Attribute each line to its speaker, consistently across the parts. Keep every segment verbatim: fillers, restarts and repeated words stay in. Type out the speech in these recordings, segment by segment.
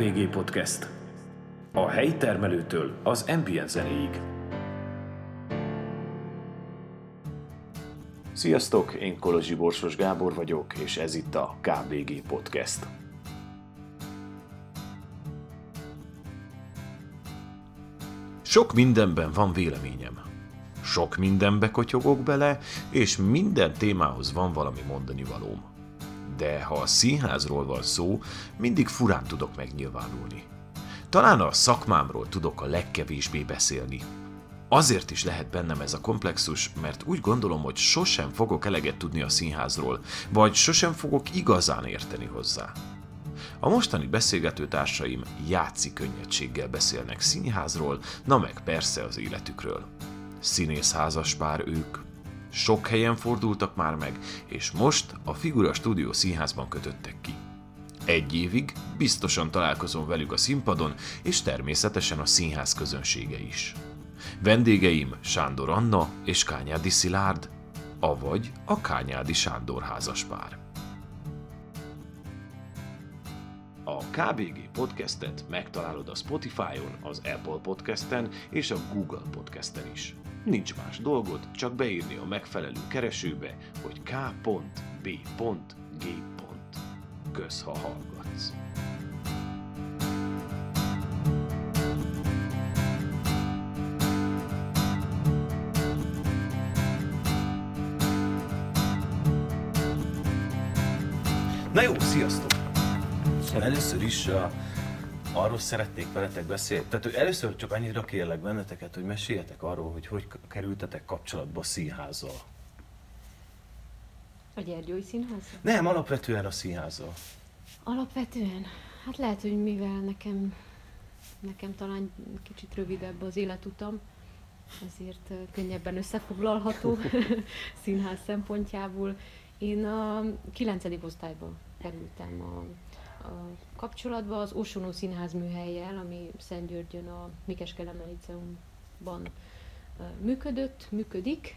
Speaker 1: ká bé gé Podcast. A helyi termelőtől az ambient zenéig. Sziasztok, én Kolozsi Borsos Gábor vagyok, és ez itt a ká bé gé Podcast. Sok mindenben van véleményem. Sok mindenbe kotyogok bele, és minden témához van valami mondani valóm. De ha a színházról van szó, mindig furán tudok megnyilvánulni. Talán a szakmámról tudok a legkevésbé beszélni. Azért is lehet bennem ez a komplexus, mert úgy gondolom, hogy sosem fogok eleget tudni a színházról, vagy sosem fogok igazán érteni hozzá. A mostani beszélgetőtársaim játszi könnyedséggel beszélnek színházról, na meg persze az életükről. Színész házaspár ők. Sok helyen fordultak már meg, és most a Figura Stúdió Színházban kötöttek ki. Egy évig biztosan találkozom velük a színpadon, és természetesen a színház közönsége is. Vendégeim Sándor Anna és Kányádi Szilárd, avagy a Kányádi Sándor házaspár. A ká bé gé Podcastet megtalálod a Spotify-on, az Apple Podcasten és a Google Podcasten is. Nincs más dolgod, csak beírni a megfelelő keresőbe, hogy k b g. Kösz, ha hallgatsz!
Speaker 2: Na jó, sziasztok! Először is uh, arról szeretnék veletek beszélni. Tehát hogy először csak annyira kérlek benneteket, hogy meséljetek arról, hogy hogy kerültetek kapcsolatba a színházzal.
Speaker 3: A Gyergyói Színházzal?
Speaker 2: Nem, alapvetően a színházzal.
Speaker 3: Alapvetően? Hát lehet, hogy mivel nekem, nekem talán kicsit rövidebb az életutam, ezért uh, könnyebben összefoglalható színház szempontjából. Én a kilencedik osztályba kerültem a, a kapcsolatba az Ossonó Színház műhellyel, ami Szentgyörgyön a Mikes Kelemen Líceumban működött, működik,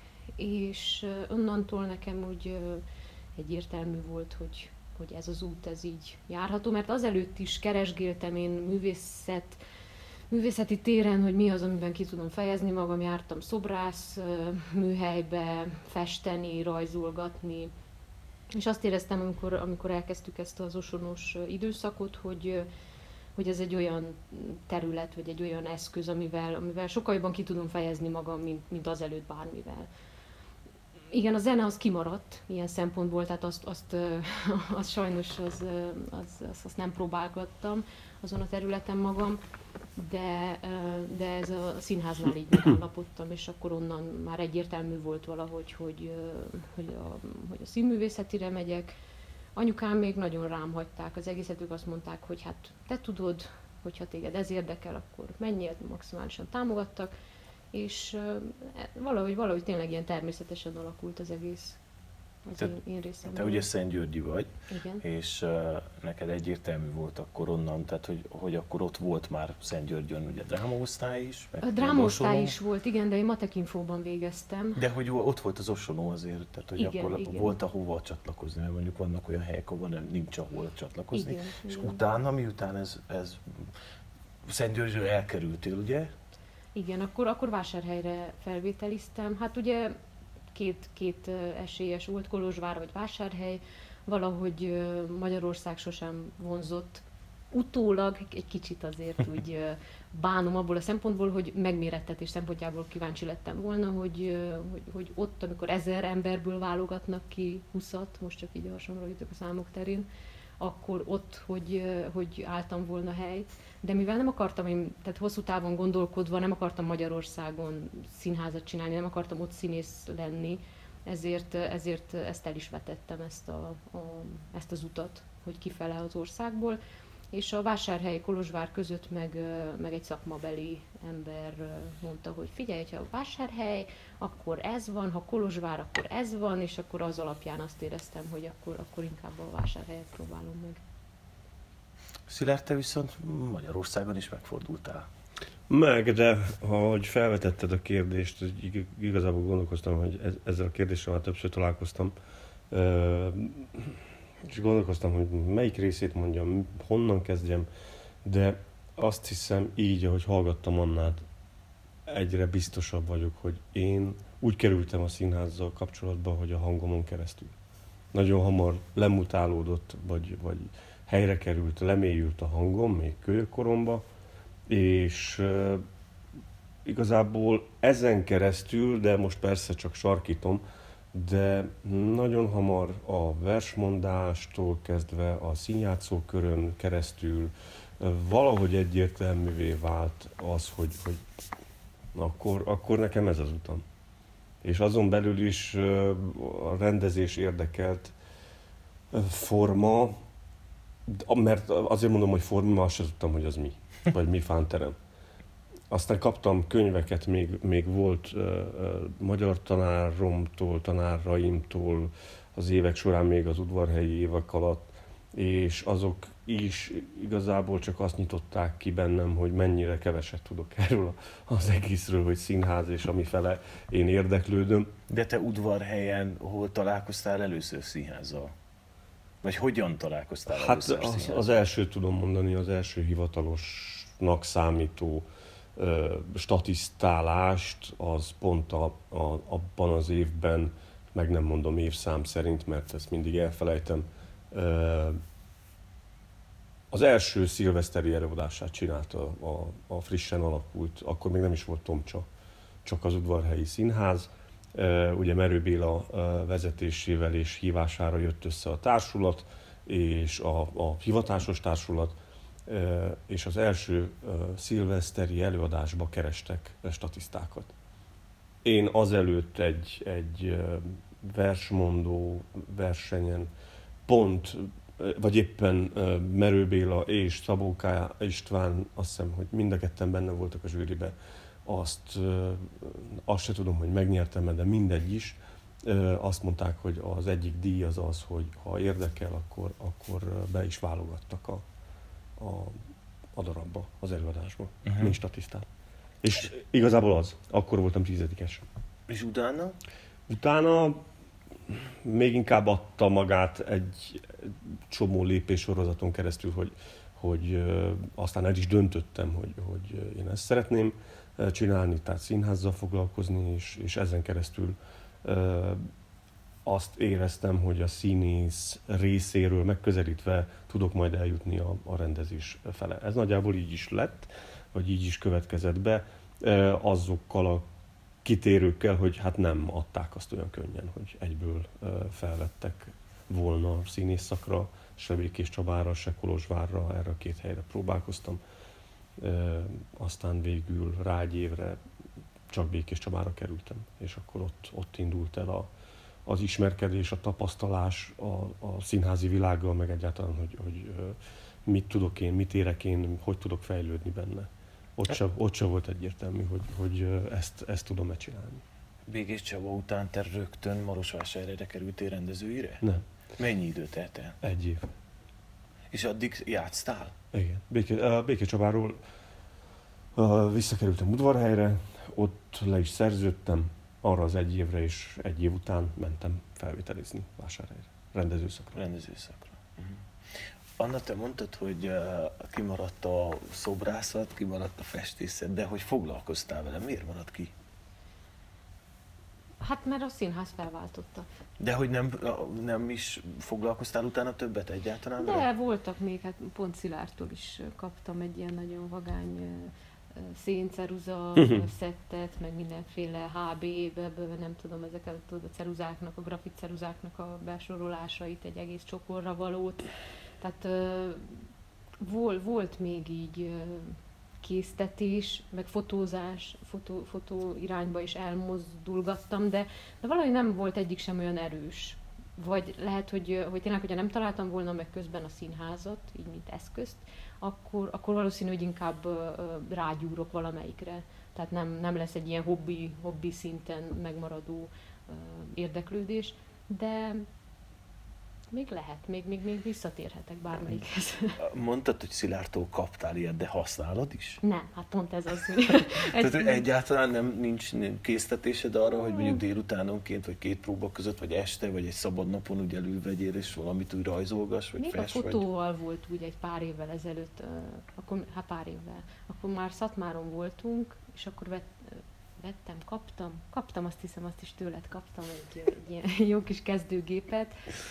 Speaker 3: és onnantól nekem úgy egyértelmű volt, hogy, hogy ez az út ez így járható, mert azelőtt is keresgéltem én művészet, művészeti téren, hogy mi az, amiben ki tudom fejezni magam, jártam szobrász műhelybe, festeni, rajzolgatni, és azt éreztem, amikor, amikor elkezdtük ezt az ossonós időszakot, hogy, hogy ez egy olyan terület, vagy egy olyan eszköz, amivel, amivel sokkal jobban ki tudom fejezni magam, mint, mint azelőtt bármivel. Igen, a zene az kimaradt ilyen szempontból, tehát azt, azt, azt sajnos az, az, azt, azt nem próbálgattam azon a területen magam, de, de ez a színháznál így megállapodtam, és akkor onnan már egyértelmű volt valahogy, hogy, hogy, a, hogy a színművészetire megyek. Anyukám még nagyon rám hagyták az egészet, ők azt mondták, hogy hát te tudod, hogyha téged ez érdekel, akkor menjél, maximálisan támogattak, és valahogy, valahogy tényleg ilyen természetesen alakult az egész az
Speaker 2: te,
Speaker 3: én, én részemben.
Speaker 2: Te ugye Szentgyörgyi vagy,
Speaker 3: igen.
Speaker 2: És uh, neked egyértelmű volt akkor onnan, tehát hogy, hogy akkor ott volt már Szentgyörgyön ugye drámaosztály is.
Speaker 3: A drámaosztály is volt, igen, de én Matek-infóban végeztem.
Speaker 2: De hogy ott volt az Ossonó azért, tehát hogy
Speaker 3: igen,
Speaker 2: akkor
Speaker 3: igen.
Speaker 2: volt ahova csatlakozni, mert mondjuk vannak olyan helyek, ahol nem, nincs ahol csatlakozni.
Speaker 3: Igen,
Speaker 2: és
Speaker 3: igen.
Speaker 2: utána, miután ez, ez Szentgyörgyről elkerültél, ugye?
Speaker 3: Igen, akkor, akkor Vásárhelyre felvételiztem. Hát ugye két, két esélyes volt, Kolozsvár vagy Vásárhely. Valahogy Magyarország sosem vonzott. Utólag egy kicsit azért úgy bánom abból a szempontból, hogy megmérettetés szempontjából kíváncsi lettem volna, hogy, hogy, hogy ott, amikor ezer emberből válogatnak ki húszat, most csak így hasonló jutok a számok terén, akkor ott, hogy, hogy álltam volna helyt. De mivel nem akartam, én, tehát hosszú távon gondolkodva, nem akartam Magyarországon színházat csinálni, nem akartam ott színész lenni, ezért, ezért ezt el is vetettem, ezt, a, a, ezt az utat, hogy kifele az országból. És a Vásárhely, Kolozsvár között meg, meg egy szakmabeli ember mondta, hogy figyelj, ha a Vásárhely, akkor ez van, ha Kolozsvár, akkor ez van, és akkor az alapján azt éreztem, hogy akkor, akkor inkább a Vásárhelyet próbálom meg.
Speaker 2: Szilárd, te viszont Magyarországon is megfordultál.
Speaker 4: Meg, de ahogy felvetetted a kérdést, igazából gondolkoztam, hogy ezzel a kérdéssel már többször találkoztam. És gondolkoztam, hogy melyik részét mondjam, honnan kezdjem. de azt hiszem így, ahogy hallgattam Annát, egyre biztosabb vagyok, hogy én úgy kerültem a színházzal kapcsolatba, hogy a hangomon keresztül. Nagyon hamar lemutálódott, vagy, vagy helyre került, lemélyült a hangom, még kölyökkoromba, és uh, igazából ezen keresztül, de most persze csak sarkítom, de nagyon hamar a versmondástól kezdve a színjátszókörön keresztül uh, valahogy egyértelművé vált az, hogy, hogy akkor, akkor nekem ez az utam. És azon belül is uh, a rendezés érdekelt uh, forma, mert azért mondom, hogy forma, mert azt sem tudtam, hogy az mi, vagy mi fánterem. Aztán kaptam könyveket, még, még volt uh, uh, magyar tanáromtól, tanáraimtól az évek során, még az udvarhelyi évek alatt, és azok is igazából csak azt nyitották ki bennem, hogy mennyire keveset tudok erről az egészről, hogy színház és amifele én érdeklődöm.
Speaker 2: De te udvarhelyen hol találkoztál először színházzal? Vagy hogyan találkoztál
Speaker 4: Hát
Speaker 2: először
Speaker 4: az,
Speaker 2: színházzal?
Speaker 4: az első, tudom mondani, az első hivatalosnak számító ö, statisztálást, az pont a, a, abban az évben, meg nem mondom évszám szerint, mert ezt mindig elfelejtem, ö, az első szilveszteri előadását csinálta a, a frissen alakult, akkor még nem is volt Tomcsa, csak az udvarhelyi színház. Ugye Merő Béla vezetésével és hívására jött össze a társulat, és a, a hivatásos társulat, és az első szilveszteri előadásba kerestek statisztákat. Én azelőtt egy, egy versmondó versenyen pont, vagy éppen Merő Béla és Szabó K. István, azt hiszem, hogy mind a ketten benne voltak a zsűriben, azt, azt se tudom, hogy megnyertem, de mindegy is. Azt mondták, hogy az egyik díj az az, hogy ha érdekel, akkor, akkor be is válogattak a, a, a darabba, az előadásba, uh-huh. mint statisztát. És igazából az, akkor voltam tizedikes.
Speaker 2: És utána?
Speaker 4: Utána még inkább adta magát egy csomó lépéssorozaton keresztül, hogy, hogy aztán el is döntöttem, hogy, hogy én ezt szeretném csinálni, tehát színházzal foglalkozni, és, és ezen keresztül ö, azt éreztem, hogy a színész részéről megközelítve tudok majd eljutni a, a rendezés fele. Ez nagyjából így is lett, vagy így is következett be, ö, azokkal a kitérőkkel, hogy hát nem adták azt olyan könnyen, hogy egyből ö, felvettek volna színész szakra, se Békés Csabára, se Kolozsvárra, erre a két helyre próbálkoztam. E, aztán végül rá egy évre csak Békés Csabára kerültem, és akkor ott, ott indult el a, az ismerkedés, a tapasztalás a, a színházi világgal, meg egyáltalán, hogy, hogy mit tudok én, mit érek én, hogy tudok fejlődni benne. Ott se, ott se volt egyértelmű, hogy, hogy ezt, ezt tudom-e csinálni.
Speaker 2: Békés Csaba után te rögtön Marosvásárhelyre kerültél rendezőire?
Speaker 4: Nem.
Speaker 2: Mennyi idő telt el?
Speaker 4: Egy év.
Speaker 2: És addig játsztál?
Speaker 4: Igen. Béké, Békés Csabáról uh, visszakerültem Udvarhelyre, ott le is szerződtem, arra az egy évre, és egy év után mentem felvételizni Vásárhelyre, rendezőszakra.
Speaker 2: Rendezőszakra. Uh-huh. Anna, te mondtad, hogy uh, kimaradt a szobrászat, kimaradt a festészet, de hogy foglalkoztál vele, miért maradt ki?
Speaker 3: Hát mert a színház felváltotta.
Speaker 2: De hogy nem, nem is foglalkoztál utána többet egyáltalán vele?
Speaker 3: De voltak még, hát pont Szilárdtól is kaptam egy ilyen nagyon vagány szénceruza szettet, meg mindenféle há bé, nem tudom, ezeket a ceruzáknak, a grafit ceruzáknak a besorolásait, egy egész csokorra valót. Tehát volt, volt még így késztetés, meg fotózás, fotó, fotó irányba is elmozdulgattam, de, de valahogy nem volt egyik sem olyan erős. Vagy lehet, hogy, hogy tényleg, hogyha nem találtam volna meg közben a színházat, így mint eszközt, akkor, akkor valószínű, hogy inkább uh, rágyúrok valamelyikre. Tehát nem, nem lesz egy ilyen hobbi, hobbi szinten megmaradó uh, érdeklődés. De, még lehet, még, még, még visszatérhetek bármelyikhez.
Speaker 2: Mondtad, hogy Szilárdtól kaptál ilyet, de használod is?
Speaker 3: Nem, hát pont ez az, hogy...
Speaker 2: Tehát hogy egyáltalán nem, nincs késztetésed arra, hogy mondjuk délutánonként, vagy két próba között, vagy este, vagy egy szabad napon úgy elővegyél, és valamit úgy rajzolgass, vagy
Speaker 3: még
Speaker 2: fest,
Speaker 3: a fotóval vagy... volt úgy egy pár évvel ezelőtt, akkor, hát pár évvel, akkor már Szatmáron voltunk, és akkor vett, vettem, kaptam, kaptam, azt hiszem, azt is tőled kaptam, egy, egy ilyen jó kis kezdőgépet,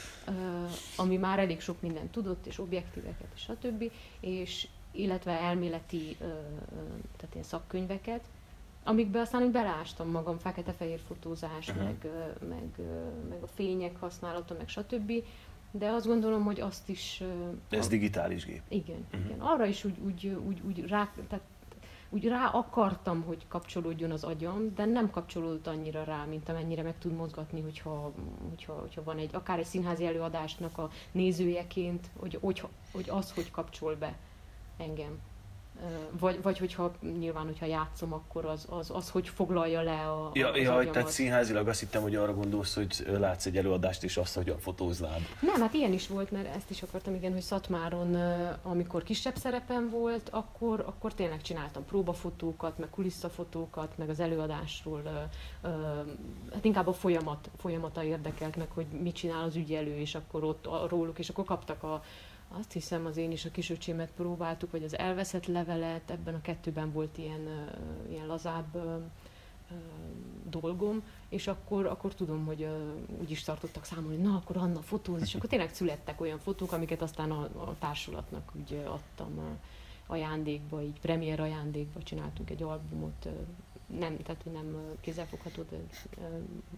Speaker 3: ami már elég sok mindent tudott, és objektíveket, és stb. És illetve elméleti, tehát ilyen szakkönyveket, amikbe aztán úgy beleástam magam, fekete-fehér fotózás, uh-huh. meg, meg, meg a fények használata, meg stb. De azt gondolom, hogy azt is...
Speaker 2: Ez a... digitális gép.
Speaker 3: Igen, uh-huh. igen. Arra is úgy, úgy, úgy, úgy rá... Tehát úgy rá akartam, hogy kapcsolódjon az agyam, de nem kapcsolódott annyira rá, mint amennyire meg tud mozgatni, hogyha, hogyha, hogyha van egy, akár egy színházi előadásnak a nézőjeként, hogy, hogy, hogy az, hogy kapcsol be engem. Vagy, vagy hogyha nyilván, hogyha játszom, akkor az, az, az hogy foglalja le a,
Speaker 2: ja,
Speaker 3: az
Speaker 2: ja,
Speaker 3: agyamat.
Speaker 2: Tehát színházilag azt hittem, hogy arra gondolsz, hogy látsz egy előadást, és azt, hogyan fotóznád.
Speaker 3: Nem, hát ilyen is volt, mert ezt is akartam, igen, hogy Szatmáron, amikor kisebb szerepem volt, akkor, akkor tényleg csináltam próbafotókat, meg kuliszafotókat, meg az előadásról, hát inkább a folyamat, folyamata érdekelt meg, hogy mit csinál az ügyelő, és akkor ott róluk, és akkor kaptak a azt hiszem, az én is a kisöcsémet próbáltuk, vagy az elveszett levelet, ebben a kettőben volt ilyen, uh, ilyen lazább uh, uh, dolgom, és akkor, akkor tudom, hogy uh, úgy is tartottak számon, hogy na, akkor Anna fotóz, és akkor tényleg születtek olyan fotók, amiket aztán a, a társulatnak úgy uh, adtam uh, ajándékba, így premier ajándékba csináltunk egy albumot, uh, nem, tehát nem kézzelfogható, de uh,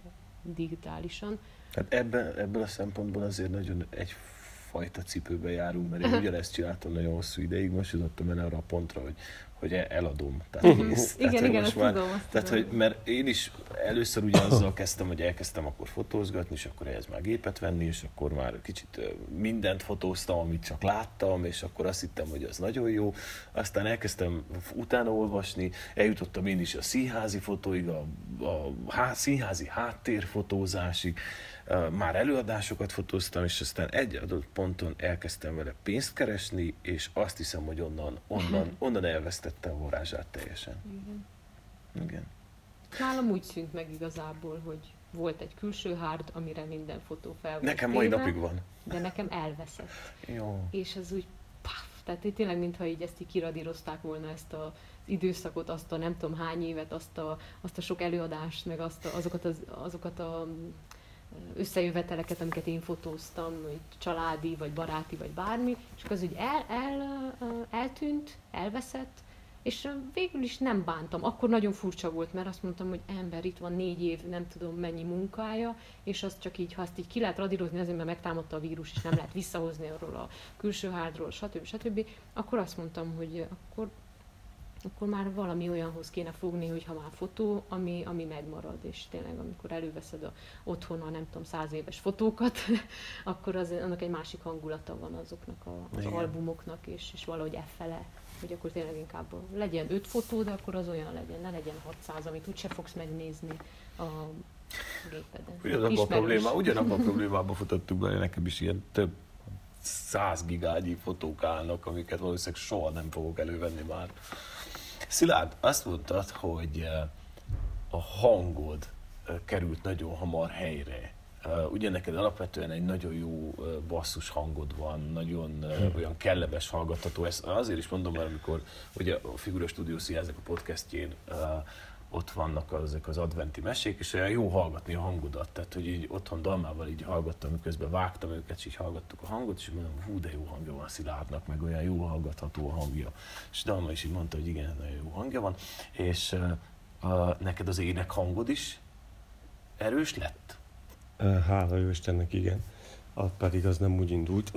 Speaker 3: digitálisan.
Speaker 2: Hát ebben, ebből a szempontból azért nagyon egy fajta cipőbe járunk, mert én ugyanezt csináltam nagyon hosszú ideig, most jutottam el arra a pontra, hogy, hogy eladom. Tehát kész.
Speaker 3: Igen,
Speaker 2: tehát,
Speaker 3: igen, azt
Speaker 2: már,
Speaker 3: tudom, azt
Speaker 2: tehát,
Speaker 3: tudom.
Speaker 2: Hogy, mert én is először ugye azzal kezdtem, hogy elkezdtem akkor fotózgatni, és akkor ehhez már gépet venni, és akkor már kicsit mindent fotóztam, amit csak láttam, és akkor azt hittem, hogy az nagyon jó. Aztán elkezdtem utána olvasni, eljutottam én is a színházi fotóig, a, a há, színházi háttérfotózásig, már előadásokat fotóztam, és aztán egy adott ponton elkezdtem vele pénzt keresni, és azt hiszem, hogy onnan, onnan, onnan elvesztette a varázsát teljesen.
Speaker 3: Igen.
Speaker 2: Igen.
Speaker 3: Nálam úgy szűnt meg igazából, hogy volt egy külső hárd, amire minden fotó fel volt
Speaker 2: Nekem
Speaker 3: téve,
Speaker 2: mai napig van.
Speaker 3: De nekem elveszett.
Speaker 2: Jó.
Speaker 3: És ez úgy paf, tehát tényleg mintha így ezt így kiradírozták volna, ezt a időszakot, azt a nem tudom hány évet, azt a, azt a sok előadást, meg azt a, azokat, az, azokat a összejöveteleket, amiket én fotóztam, hogy családi, vagy baráti, vagy bármi, és akkor az úgy el, el, eltűnt, elveszett, és végül is nem bántam. Akkor nagyon furcsa volt, mert azt mondtam, hogy ember, itt van négy év, nem tudom mennyi munkája, és azt csak így, ha azt így ki lehet radírozni, azért, mert megtámadta a vírus, és nem lehet visszahozni arról a külső hárdról, stb. stb., akkor azt mondtam, hogy akkor akkor már valami olyanhoz kéne fogni, hogy ha már fotó, ami, ami megmarad, és tényleg amikor előveszed a, otthon a nem tudom, száz éves fotókat, akkor az, annak egy másik hangulata van azoknak a, az
Speaker 2: Igen.
Speaker 3: albumoknak, és, és valahogy effele, hogy akkor tényleg inkább legyen öt fotó, de akkor az olyan legyen, ne legyen hatszáz, amit úgyse fogsz megnézni a gépeden.
Speaker 2: Ugyanabban a, problémá, ugyanabban a problémában futottunk bele, nekem is ilyen több száz gigányi fotók állnak, amiket valószínűleg soha nem fogok elővenni már. Szilárd, azt mondtad, hogy a hangod került nagyon hamar helyre. Ugye neked alapvetően egy nagyon jó basszus hangod van, nagyon olyan kellemes hallgatható. Ezt azért is mondom, mert amikor ugye a Figura Studio Színháznak a podcastjén ott vannak ezek az adventi mesék, és olyan jó hallgatni a hangodat. Tehát, hogy így otthon dalmával így hallgattam, miközben vágtam őket, és így hallgattuk a hangot, és mondom, hú, de jó hangja van Szilárdnak, meg olyan jó hallgatható a hangja. És Dalma is így mondta, hogy igen, nagyon jó hangja van, és uh, uh, neked az ének hangod is erős lett?
Speaker 4: Hála jó Istennek, igen. Az pedig az nem úgy indult.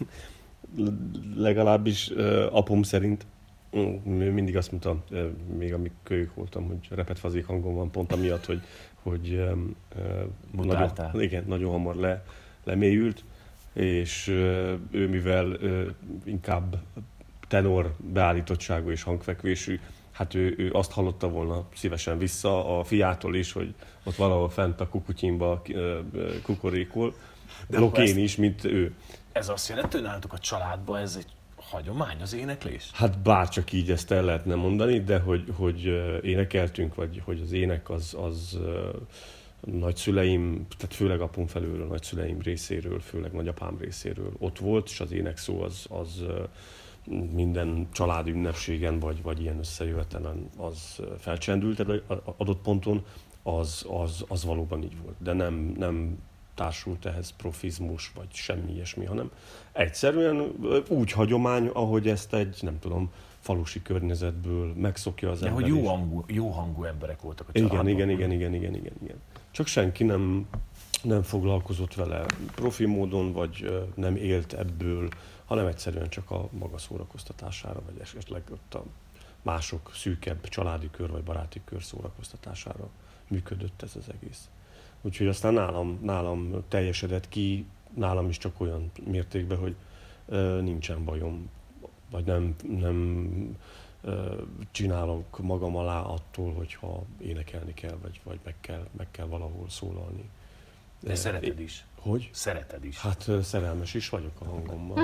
Speaker 4: Legalábbis uh, apum szerint mindig azt mondtam, még amíg kölyök voltam, hogy repet-fazék hangom van, pont amiatt, hogy, hogy uh, nagyon, igen, nagyon hamar le, lemélyült, és uh, ő mivel uh, inkább tenor beállítottságú és hangfekvésű, hát ő, ő azt hallotta volna szívesen vissza a fiától is, hogy ott valahol fent a kukutyinba uh, kukorékol, lokén is, mint ő.
Speaker 2: Ez azt jelenti, hogy nálatok a családban ez egy hagyomány, az éneklés?
Speaker 4: Hát bárcsak így ezt el lehetne mondani, de hogy, hogy énekeltünk, vagy hogy az ének az, az nagyszüleim, tehát főleg apum felülről, nagyszüleim részéről, főleg nagyapám részéről ott volt, és az ének szó az, az minden családi ünnepségen, vagy, vagy ilyen összejövetelen az felcsendült adott ponton, az, az, az valóban így volt. De nem, nem társult ehhez profizmus, vagy semmi ilyesmi, hanem egyszerűen úgy hagyomány, ahogy ezt egy, nem tudom, falusi környezetből megszokja az
Speaker 2: ja,
Speaker 4: ember.
Speaker 2: Hogy jó
Speaker 4: is.
Speaker 2: hangú, jó hangú emberek voltak a családban.
Speaker 4: Igen, igen, igen, igen, igen, igen, igen. Csak senki nem, nem foglalkozott vele profi módon, vagy nem élt ebből, hanem egyszerűen csak a maga szórakoztatására, vagy esetleg ott a mások szűkebb családi kör, vagy baráti kör szórakoztatására működött ez az egész. Úgyhogy aztán nálam, nálam teljesedett ki, nálam is csak olyan mértékben, hogy ö, nincsen bajom, vagy nem, nem ö, csinálok magam alá attól, hogyha énekelni kell, vagy, vagy meg, kell, meg kell valahol szólalni.
Speaker 2: De szereted is.
Speaker 4: Hogy?
Speaker 2: Szereted is.
Speaker 4: Hát ö, szerelmes is vagyok a hangommal.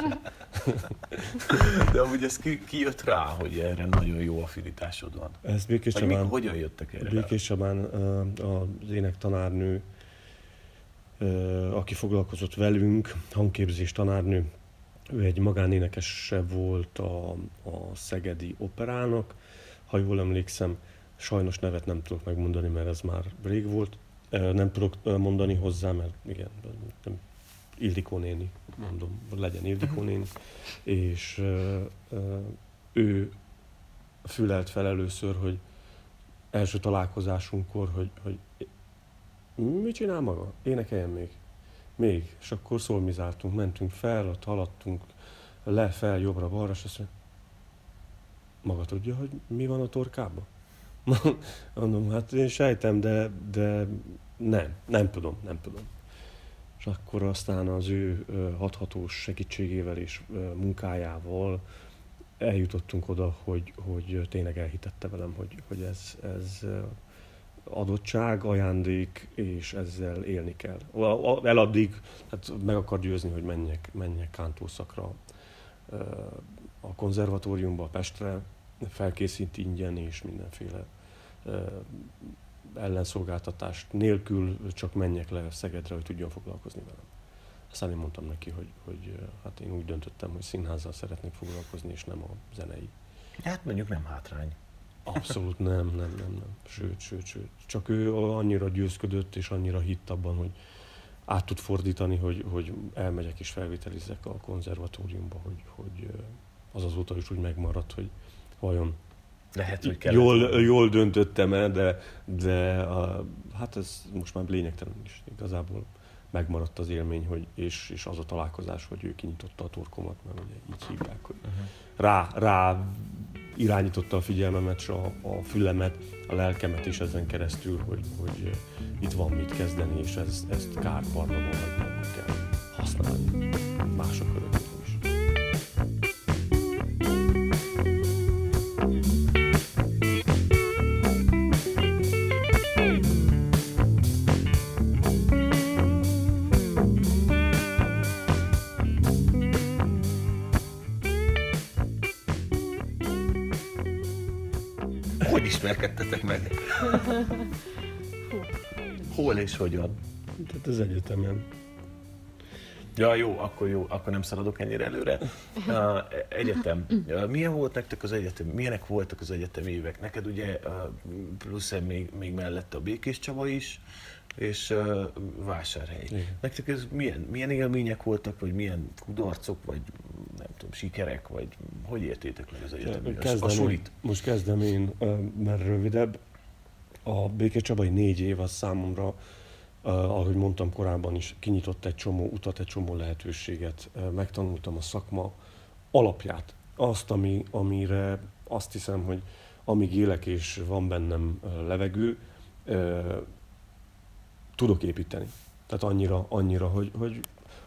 Speaker 2: De amúgy ez ki, ki jött rá, hogy erre nagyon jó affinitásod van?
Speaker 4: Ez Békés
Speaker 2: Vagy mi,
Speaker 4: Csabán,
Speaker 2: hogyan jöttek erre?
Speaker 4: Békés Csabán az énektanárnő, aki foglalkozott velünk, hangképzés tanárnő, ő egy magánénekese volt a, a Szegedi Operának, ha jól emlékszem, sajnos nevet nem tudok megmondani, mert ez már rég volt. Nem tudok mondani hozzá, mert igen, nem, Ildikó néni, mondom, legyen Ildikó néni. És ő fülelt fel először, hogy első találkozásunkkor, hogy, hogy mit csinál maga? Énekeljen még. Még. És akkor szolmizáltunk, mentünk fel, ott haladtunk le, fel, jobbra, balra, és azt mondja, maga tudja, hogy mi van a torkában? Mondom, hát én sejtem, de, de nem, nem tudom, nem tudom. És akkor aztán az ő hathatós segítségével és munkájával eljutottunk oda, hogy, hogy tényleg elhitette velem, hogy, hogy ez, ez adottság, ajándék, és ezzel élni kell. Eladdig, hát meg akar győzni, hogy menjek, menjek kántószakra a konzervatóriumba, Pestre, felkészít ingyen és mindenféle ellenszolgáltatást nélkül csak menjek le Szegedre, hogy tudjon foglalkozni velem. Aztán én mondtam neki, hogy, hogy hát én úgy döntöttem, hogy színházzal szeretnék foglalkozni, és nem a zenei.
Speaker 2: Hát mondjuk nem hátrány.
Speaker 4: Abszolút nem, nem, nem, nem. Sőt, sőt, sőt. Csak ő annyira győzködött, és annyira hitt abban, hogy át tud fordítani, hogy, hogy elmegyek és felvételizek a konzervatóriumba, hogy, hogy az azóta is úgy megmaradt, hogy vajon
Speaker 2: lehet, hogy kell.
Speaker 4: Jól, jól döntöttem el, de, de a, hát ez most már lényegtelen is. Igazából megmaradt az élmény, hogy, és, és az a találkozás, hogy ő kinyitotta a torkomat, mert ugye így hívják, hogy uh-huh. rá, rá irányította a figyelmemet, és a, a fülemet, a lelkemet is ezen keresztül, hogy, hogy itt van mit kezdeni, és ez, ezt kárparra valahogy meg kell használni mások örökében is.
Speaker 2: Hogy ismerkedtetek meg? Hol és hogyan?
Speaker 4: Tehát az egyetemen.
Speaker 2: Ja, jó, akkor jó, akkor nem szaladok ennyire előre. Uh, egyetem. Uh, milyen volt nektek az egyetem? Milyenek voltak az egyetemi évek? Neked ugye uh, plusz még, még mellette a Békés Csaba is, és uh, Vásárhely. Igen. Nektek ez milyen, milyen élmények voltak, vagy milyen kudarcok, vagy nem tudom, sikerek, vagy hogy értétek meg az egyetem?
Speaker 4: Kezdem
Speaker 2: a sulit?
Speaker 4: Én, most kezdem én, mert rövidebb. A Békés Csabai négy év az számomra, uh, ahogy mondtam korábban is, kinyitott egy csomó utat, egy csomó lehetőséget. Uh, megtanultam a szakma alapját. Azt, ami, amire azt hiszem, hogy amíg élek és van bennem uh, levegő, uh, tudok építeni. Tehát annyira, annyira hogy, hogy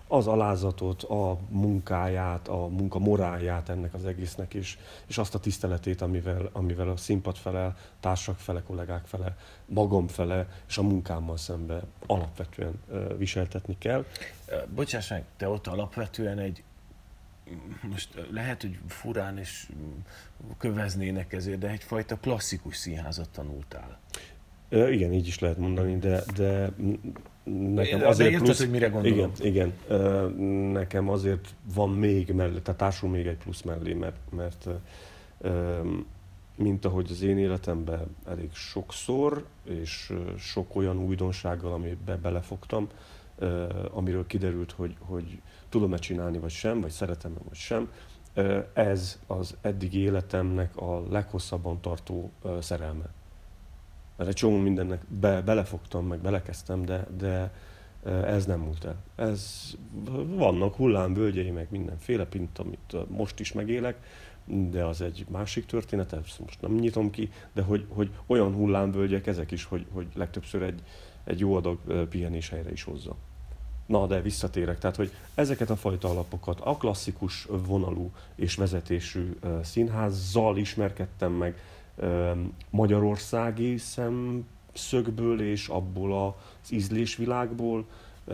Speaker 4: az alázatot, a munkáját, a munka morálját ennek az egésznek, és, és azt a tiszteletét, amivel, amivel a színpad fele, társak fele, kollégák fele, magam fele, és a munkámmal szembe alapvetően uh, viseltetni kell.
Speaker 2: Bocsáss meg, te ott alapvetően egy, most lehet, hogy furán és köveznének ezért, de egyfajta klasszikus színházat tanultál.
Speaker 4: Uh, igen, így is lehet mondani, de, de nekem
Speaker 2: de
Speaker 4: azért
Speaker 2: érted,
Speaker 4: plusz...
Speaker 2: hogy mire gondolom.
Speaker 4: Igen, igen. Uh, nekem azért van még mellé, tehát társul még egy plusz mellé, mert, mert uh, mint ahogy az én életemben elég sokszor, és uh, sok olyan újdonsággal, amiben belefogtam, uh, amiről kiderült, hogy, hogy tudom-e csinálni, vagy sem, vagy szeretem-e, vagy sem. Uh, ez az eddigi életemnek a leghosszabban tartó uh, szerelme. Mert egy csomó mindennek be, belefogtam, meg belekezdtem, de, de ez nem múlt el. Ez, vannak hullámvölgyei, meg mindenféle, mint amit most is megélek, de az egy másik történet, ezt most nem nyitom ki, de hogy, hogy olyan hullámvölgyek ezek is, hogy, hogy legtöbbször egy, egy jó adag pihenés helyre is hozza. Na, de visszatérek, tehát, hogy ezeket a fajta alapokat a klasszikus vonalú és vezetésű színházzal ismerkedtem meg, magyarországi szemszögből és abból az ízlésvilágból,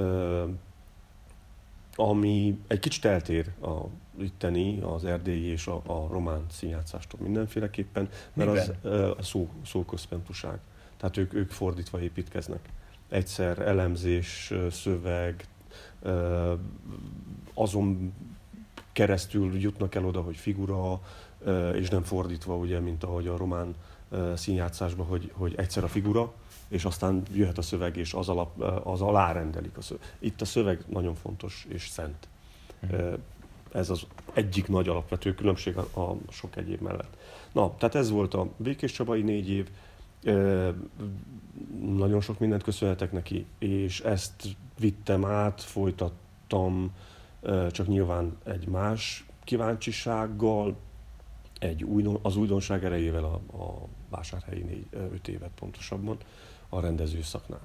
Speaker 4: ami egy kicsit eltér a itteni, az erdélyi és a, a román színjátszástól mindenféleképpen, mert az a szó, szóközpontuság. Tehát ők, ők fordítva építkeznek. Egyszer elemzés, szöveg, azon keresztül jutnak el oda, hogy figura, és nem fordítva, ugye, mint ahogy a román színjátszásban, hogy, hogy egyszer a figura, és aztán jöhet a szöveg, és az, alap, az alárendelik a szöveg. Itt a szöveg nagyon fontos és szent. Mm. Ez az egyik nagy alapvető különbség a, a sok egyéb mellett. Na, tehát ez volt a Békés Csabai négy év. Nagyon sok mindent köszönhetek neki, és ezt vittem át, folytattam, csak nyilván egy más kíváncsisággal, egy újdon, az újdonság erejével a, a vásárhelyi négy, öt évet pontosabban a rendezőszaknál.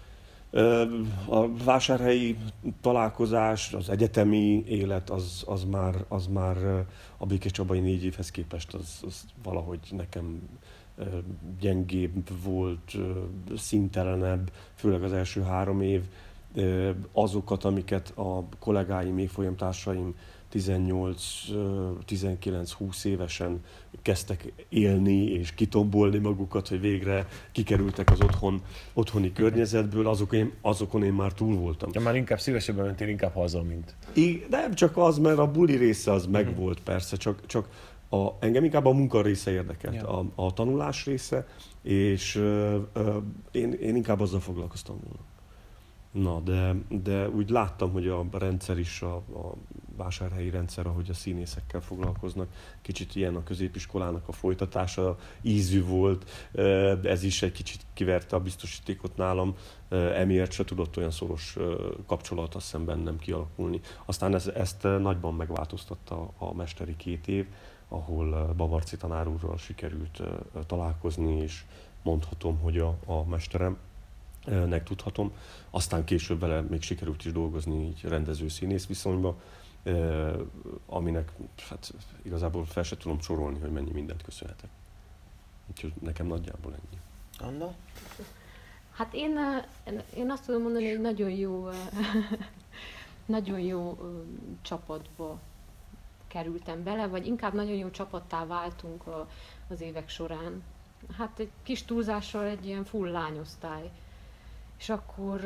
Speaker 4: A vásárhelyi találkozás, az egyetemi élet az, az, már, az már a Békés Csabai négy évhez képest az, az valahogy nekem gyengébb volt, színtelenebb, főleg az első három év. Azokat, amiket a kollégáim, évfolyamtársaim tizennyolc, tizenkilenc, húsz évesen kezdtek élni és kitombolni magukat, hogy végre kikerültek az otthon, otthoni környezetből, azokon én, azokon én már túl voltam.
Speaker 2: Ja, már inkább szívesebben mentél inkább haza, mint...
Speaker 4: I, nem csak az, mert a buli része az megvolt persze, csak, csak a, engem inkább a munka része érdekelt, ja. a, a tanulás része, és ö, ö, én, én inkább azzal foglalkoztam volna. Na, de, de úgy láttam, hogy a rendszer is, a, a vásárhelyi rendszer, ahogy a színészekkel foglalkoznak, kicsit ilyen a középiskolának a folytatása, ízű volt, ez is egy kicsit kiverte a biztosítékot nálam, emiatt se tudott olyan szoros kapcsolat azt hiszem bennem kialakulni. Aztán ez, ezt nagyban megváltoztatta a mesteri két év, ahol Bavarci tanár úrral sikerült találkozni, és mondhatom, hogy a, a mesterem, nek tudhatom. Aztán később vele még sikerült is dolgozni így rendező-színész viszonyba, aminek hát, igazából fel se tudom sorolni, hogy mennyi mindent köszönhetek. Úgyhogy nekem nagyjából ennyi.
Speaker 2: Anna?
Speaker 3: Hát én, én azt tudom mondani, hogy nagyon jó, nagyon jó csapatba kerültem bele, vagy inkább nagyon jó csapattá váltunk az évek során. Hát egy kis túlzással egy ilyen full lányosztály. És akkor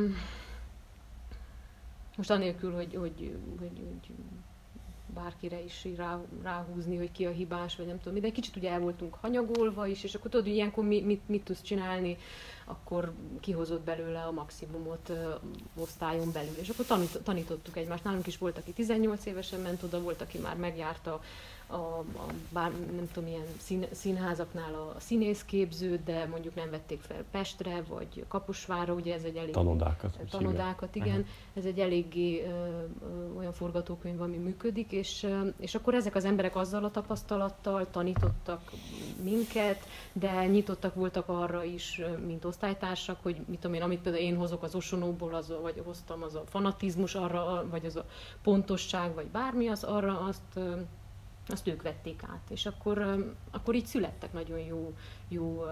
Speaker 3: most anélkül, hogy, hogy, hogy, hogy bárkire is rá, ráhúzni, hogy ki a hibás, vagy nem tudom mi, de kicsit ugye el voltunk hanyagolva is, és akkor tudod, hogy ilyenkor mi, mit, mit tudsz csinálni, akkor kihozott belőle a maximumot osztályon belül. És akkor tanít, tanítottuk egymást. Nálunk is volt, aki tizennyolc évesen ment oda, volt, aki már megjárta a, a bár, nem tudom, ilyen szín, színházaknál a színészképzőt, de mondjuk nem vették fel Pestre, vagy Kaposvárra, ugye ez egy elég...
Speaker 4: Tanodákat.
Speaker 3: Tanodákat, igen. Uh-huh. Ez egy eléggé ö, ö, olyan forgatókönyv, ami működik, és, ö, és akkor ezek az emberek azzal a tapasztalattal tanítottak minket, de nyitottak voltak arra is, mint osztálytársak, hogy mit tudom én, amit például én hozok az Osonóból, az, vagy hoztam, az a fanatizmus arra, vagy az a pontosság, vagy bármi, az arra azt, azt ők vették át. És akkor, akkor így születtek nagyon jó, jó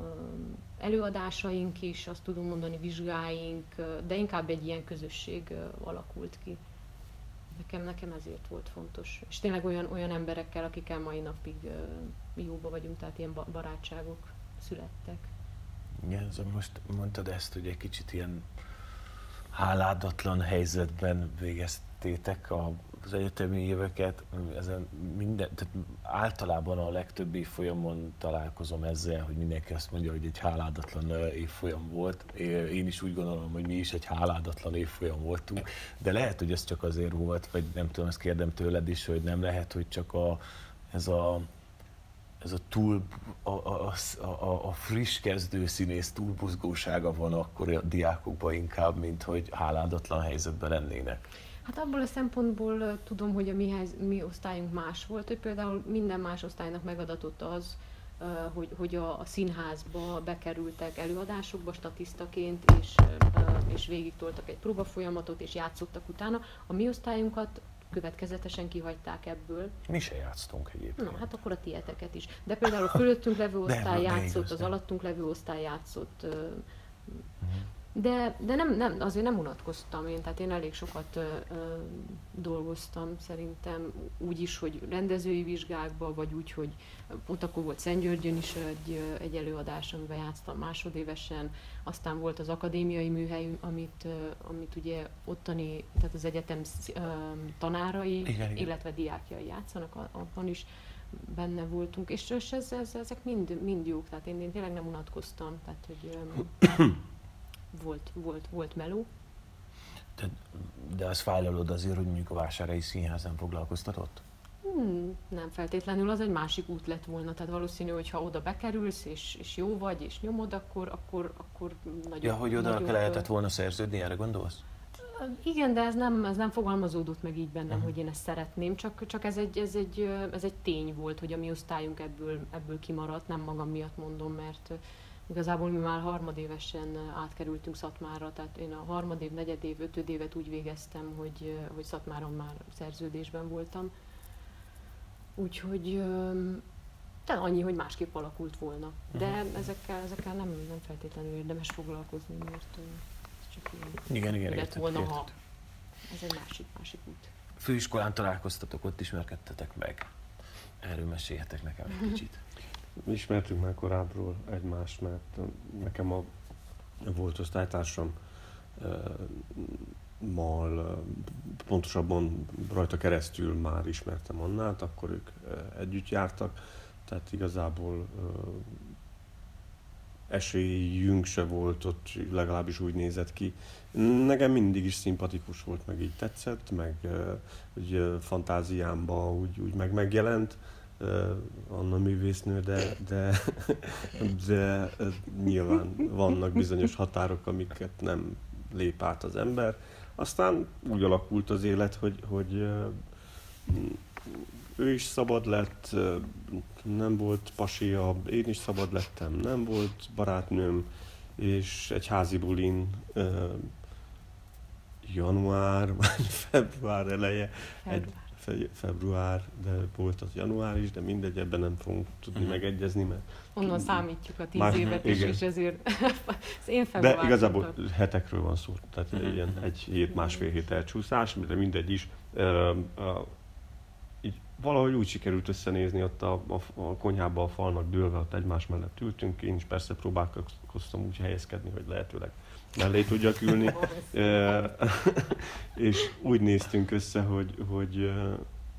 Speaker 3: előadásaink is, azt tudom mondani, vizsgáink, de inkább egy ilyen közösség alakult ki. Nekem, nekem ezért volt fontos. És tényleg olyan, olyan emberekkel, akikkel mai napig jóba vagyunk, tehát ilyen barátságok születtek.
Speaker 2: Igen, most mondtad ezt, hogy egy kicsit ilyen háládatlan helyzetben végeztétek az egyetemi éveket. Ezen minden, tehát általában a legtöbb évfolyamon találkozom ezzel, hogy mindenki azt mondja, hogy egy háládatlan évfolyam volt. Én is úgy gondolom, hogy mi is egy háládatlan évfolyam voltunk, de lehet, hogy ez csak azért volt, vagy nem tudom, ezt kérdem tőled is, hogy nem lehet, hogy csak a, ez a ez a túl, a, a, a, a friss kezdő színész túlbuzgósága van akkor a diákokban inkább, mint hogy háládatlan helyzetben lennének.
Speaker 3: Hát abból a szempontból tudom, hogy a mi, mi osztályunk más volt, hogy például minden más osztálynak megadatott az, hogy, hogy a, a színházba bekerültek előadásokba statisztaként, és, és végigtoltak egy próbafolyamatot, és játszottak utána. A mi osztályunkat következetesen kihagyták ebből.
Speaker 2: Mi se játsztunk egyébként.
Speaker 3: Na, hát akkor a tieteket is. De például a fölöttünk levő osztály
Speaker 2: de,
Speaker 3: játszott,
Speaker 2: de
Speaker 3: az alattunk levő osztály játszott. Uh-huh. De, de nem, nem, azért nem unatkoztam én, tehát én elég sokat ö, ö, dolgoztam szerintem úgy is, hogy rendezői vizsgákban, vagy úgy, hogy pont akkor volt Szentgyörgyön is egy, egy előadás, amiben játsztam másodévesen, aztán volt az akadémiai műhely, amit, amit ugye ottani, tehát az egyetem tanárai, igen, igen. illetve diákjai játszanak, abban is benne voltunk, és, és ez, ez, ezek mind, mind jók, tehát én, én tényleg nem unatkoztam, tehát hogy volt, volt, volt meló.
Speaker 2: De, de azt fájlalod azért, hogy mondjuk a Vásárhelyi Színház nem foglalkoztatott?
Speaker 3: Hmm, nem feltétlenül, az egy másik út lett volna, tehát valószínű, hogy ha oda bekerülsz, és, és jó vagy, és nyomod, akkor, akkor, akkor nagyobb...
Speaker 2: Ja, hogy oda lehetett volna szerződni, erre gondolsz?
Speaker 3: Igen, de ez nem, ez nem fogalmazódott meg így bennem, uh-huh. hogy én ezt szeretném, csak, csak ez, egy, ez, egy, ez egy tény volt, hogy a mi osztályunk ebből, ebből kimaradt, nem magam miatt mondom, mert igazából mi már harmadévesen átkerültünk Szatmárra, tehát én a harmadév, negyedév, ötödévet úgy végeztem, hogy, hogy Szatmáron már szerződésben voltam. Úgyhogy tehát annyi, hogy másképp alakult volna. De uh-huh. ezekkel, ezekkel nem, nem feltétlenül érdemes foglalkozni, mert ez csak ilyen
Speaker 2: igen, igen,
Speaker 3: lett
Speaker 2: érted,
Speaker 3: volna,
Speaker 2: érted.
Speaker 3: ha ez egy másik, másik út.
Speaker 2: Főiskolán találkoztatok, ott ismerkedtetek meg. Erről meséljetek nekem egy kicsit.
Speaker 4: Ismertünk már korábbról egymást, mert nekem a volt osztálytársam mal, pontosabban rajta keresztül már ismertem Annát, akkor ők együtt jártak, tehát igazából esélyünk se volt ott, legalábbis úgy nézett ki. Nekem mindig is szimpatikus volt, meg így tetszett, meg hogy fantáziámban úgy, úgy meg megjelent. Anna művésznő, de, de, de nyilván vannak bizonyos határok, amiket nem lép át az ember. Aztán úgy alakult az élet, hogy, hogy ő is szabad lett, nem volt pasia, én is szabad lettem, nem volt barátnőm, és egy házi bulin január vagy február eleje, egy, február, de volt az január is, de mindegy, ebben nem fogunk tudni uh-huh. megegyezni, mert...
Speaker 3: Onnan számítjuk a tíz
Speaker 4: más,
Speaker 3: évet is,
Speaker 4: igen.
Speaker 3: és ezért az én február.
Speaker 4: De igazából tudtam. Hetekről van szó, tehát uh-huh. ilyen egy hét, másfél hét elcsúszás, de mindegy is. Uh, uh, így valahogy úgy sikerült összenézni ott a, a, a konyhába a falnak dőlve, ott egymás mellett ültünk, én is persze próbálkoztam úgy helyezkedni, hogy lehetőleg mellé tudjak ülni. e, és úgy néztünk össze, hogy, hogy uh,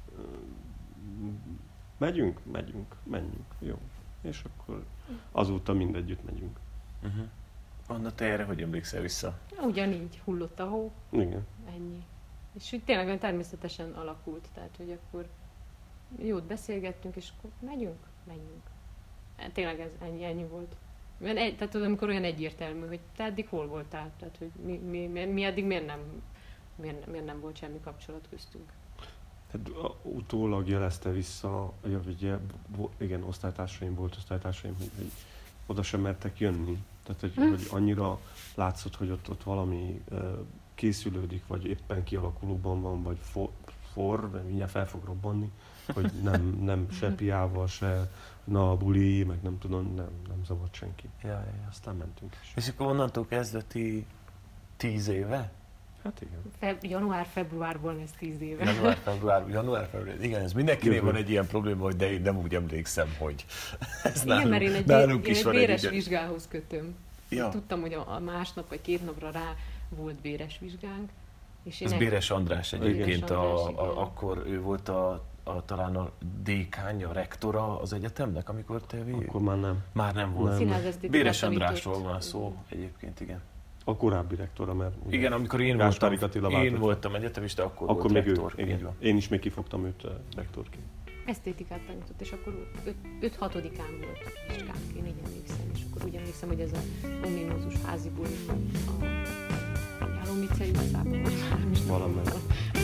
Speaker 4: megyünk, megyünk, menjünk, jó. És akkor azóta mindegyütt megyünk.
Speaker 2: Uh-huh. Anna, te erre hogy emlékszel vissza?
Speaker 3: Ugyanígy hullott a hó.
Speaker 4: Igen.
Speaker 3: Ennyi. És úgy tényleg természetesen alakult, tehát hogy akkor jót beszélgettünk, és akkor megyünk, menjünk. Tényleg ez ennyi, ennyi volt. Egy, tehát amikor olyan egyértelmű, hogy te eddig hol voltál, tehát hogy mi, mi, mi, mi eddig miért nem, miért, miért nem volt semmi kapcsolat köztünk.
Speaker 4: Hát utólag jelezte vissza, ugye, igen, osztálytársaim volt, osztálytársaim, hogy, hogy oda sem mertek jönni, Tehát, hogy,
Speaker 3: Hm.
Speaker 4: hogy annyira látszott, hogy ott, ott valami uh, készülődik, vagy éppen kialakulóban van, vagy for, for vagy mindjárt fel fog robbanni, hogy nem, nem se piával, se na buli, meg nem tudom, nem, nem zavart senki.
Speaker 2: Ja, ja, ja.
Speaker 4: Aztán mentünk is.
Speaker 2: És akkor onnantól kezdve ti tíz éve?
Speaker 4: Hát igen.
Speaker 3: Feb- január-februárból ez tíz éve.
Speaker 2: Január, február, január, február. Igen, ez mindenkinél
Speaker 4: Jövő.
Speaker 2: van egy ilyen probléma, hogy de én nem úgy emlékszem, hogy ez
Speaker 3: Igen, mert én egy,
Speaker 2: nálunk
Speaker 3: én
Speaker 2: is
Speaker 3: egy
Speaker 2: van
Speaker 3: véres
Speaker 2: ilyen-
Speaker 3: vizsgához kötöm.
Speaker 2: Ja.
Speaker 3: Tudtam, hogy a, a másnap vagy két napra rá volt véres vizsgánk. És én
Speaker 2: Ez
Speaker 3: el-
Speaker 2: Béres András egyébként,
Speaker 3: Béres András,
Speaker 2: a,
Speaker 3: igen.
Speaker 2: a, akkor ő volt a, a, talán a dékánja, a rektora az egyetemnek, amikor te végig?
Speaker 4: Akkor már nem.
Speaker 2: Már nem volt.
Speaker 4: Nem.
Speaker 3: Színházesztétikát
Speaker 2: Béres
Speaker 3: tanított.
Speaker 2: Andrásról van szó egyébként, igen.
Speaker 4: A korábbi rektora, mert ugye
Speaker 2: Igen, amikor én
Speaker 4: Gáspári
Speaker 2: voltam,
Speaker 4: Attila
Speaker 2: én
Speaker 4: váltott.
Speaker 2: voltam egyetemista, akkor,
Speaker 4: Akkor
Speaker 2: volt
Speaker 4: még
Speaker 2: rektor.
Speaker 4: ő,
Speaker 2: így
Speaker 4: igen.
Speaker 2: van.
Speaker 4: Én is még kifogtam őt uh, rektorként.
Speaker 3: Esztétikát tanított, és akkor öt-hatodikán volt vizsgánk, én így emlékszem, és akkor úgy emlékszem, hogy ez a ominózus házi buli a Jálomicei utcában volt. Nem is tudom.
Speaker 4: Valamelyik.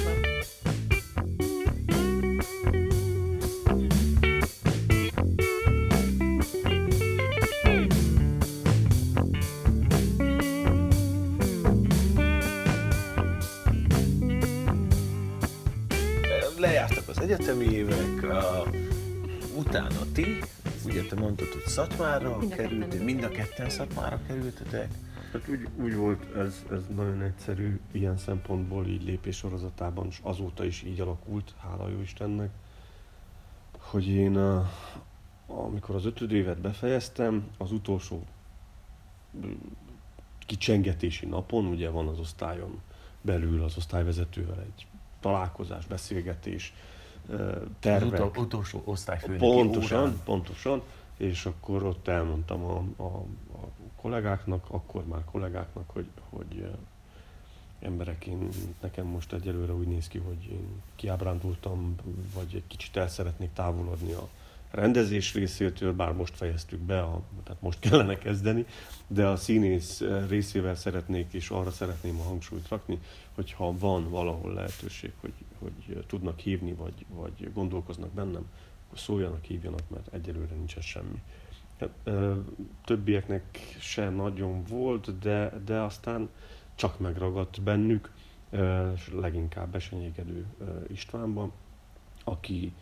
Speaker 2: Lejártak az egyetemi évek, a, utána ti, ugye te mondtad, hogy Szatmárra
Speaker 3: Mind a ketten.
Speaker 2: kerültél, mind a ketten Szatmárra kerültetek.
Speaker 4: Hát úgy, úgy volt, ez, ez nagyon egyszerű ilyen szempontból így lépéssorozatában, és azóta is így alakult, hála jó Istennek, hogy én uh, amikor az ötödévet befejeztem, az utolsó mm, kicsengetési napon, ugye van az osztályon belül az osztályvezetővel egy találkozás, beszélgetés, uh,
Speaker 2: Az
Speaker 4: tervek.
Speaker 2: utol, utolsó osztályfőnöki
Speaker 4: Pontosan,
Speaker 2: órán.
Speaker 4: pontosan, és akkor ott elmondtam a, a, a kollégáknak, akkor már kollégáknak, hogy, hogy eh, emberek, én, nekem most egyelőre úgy néz ki, hogy én kiábrándultam, vagy egy kicsit el szeretnék távolodni a rendezés részétől, bár most fejeztük be, a, tehát most kellene kezdeni, de a színész részével szeretnék, és arra szeretném a hangsúlyt rakni, hogyha van valahol lehetőség, hogy, hogy tudnak hívni, vagy, vagy gondolkoznak bennem, akkor szóljanak, hívjanak, mert egyelőre nincsen semmi. Hát, ö, többieknek se nagyon volt, de, de aztán csak megragadt bennük, ö, és leginkább Besenyégedő Istvánban, aki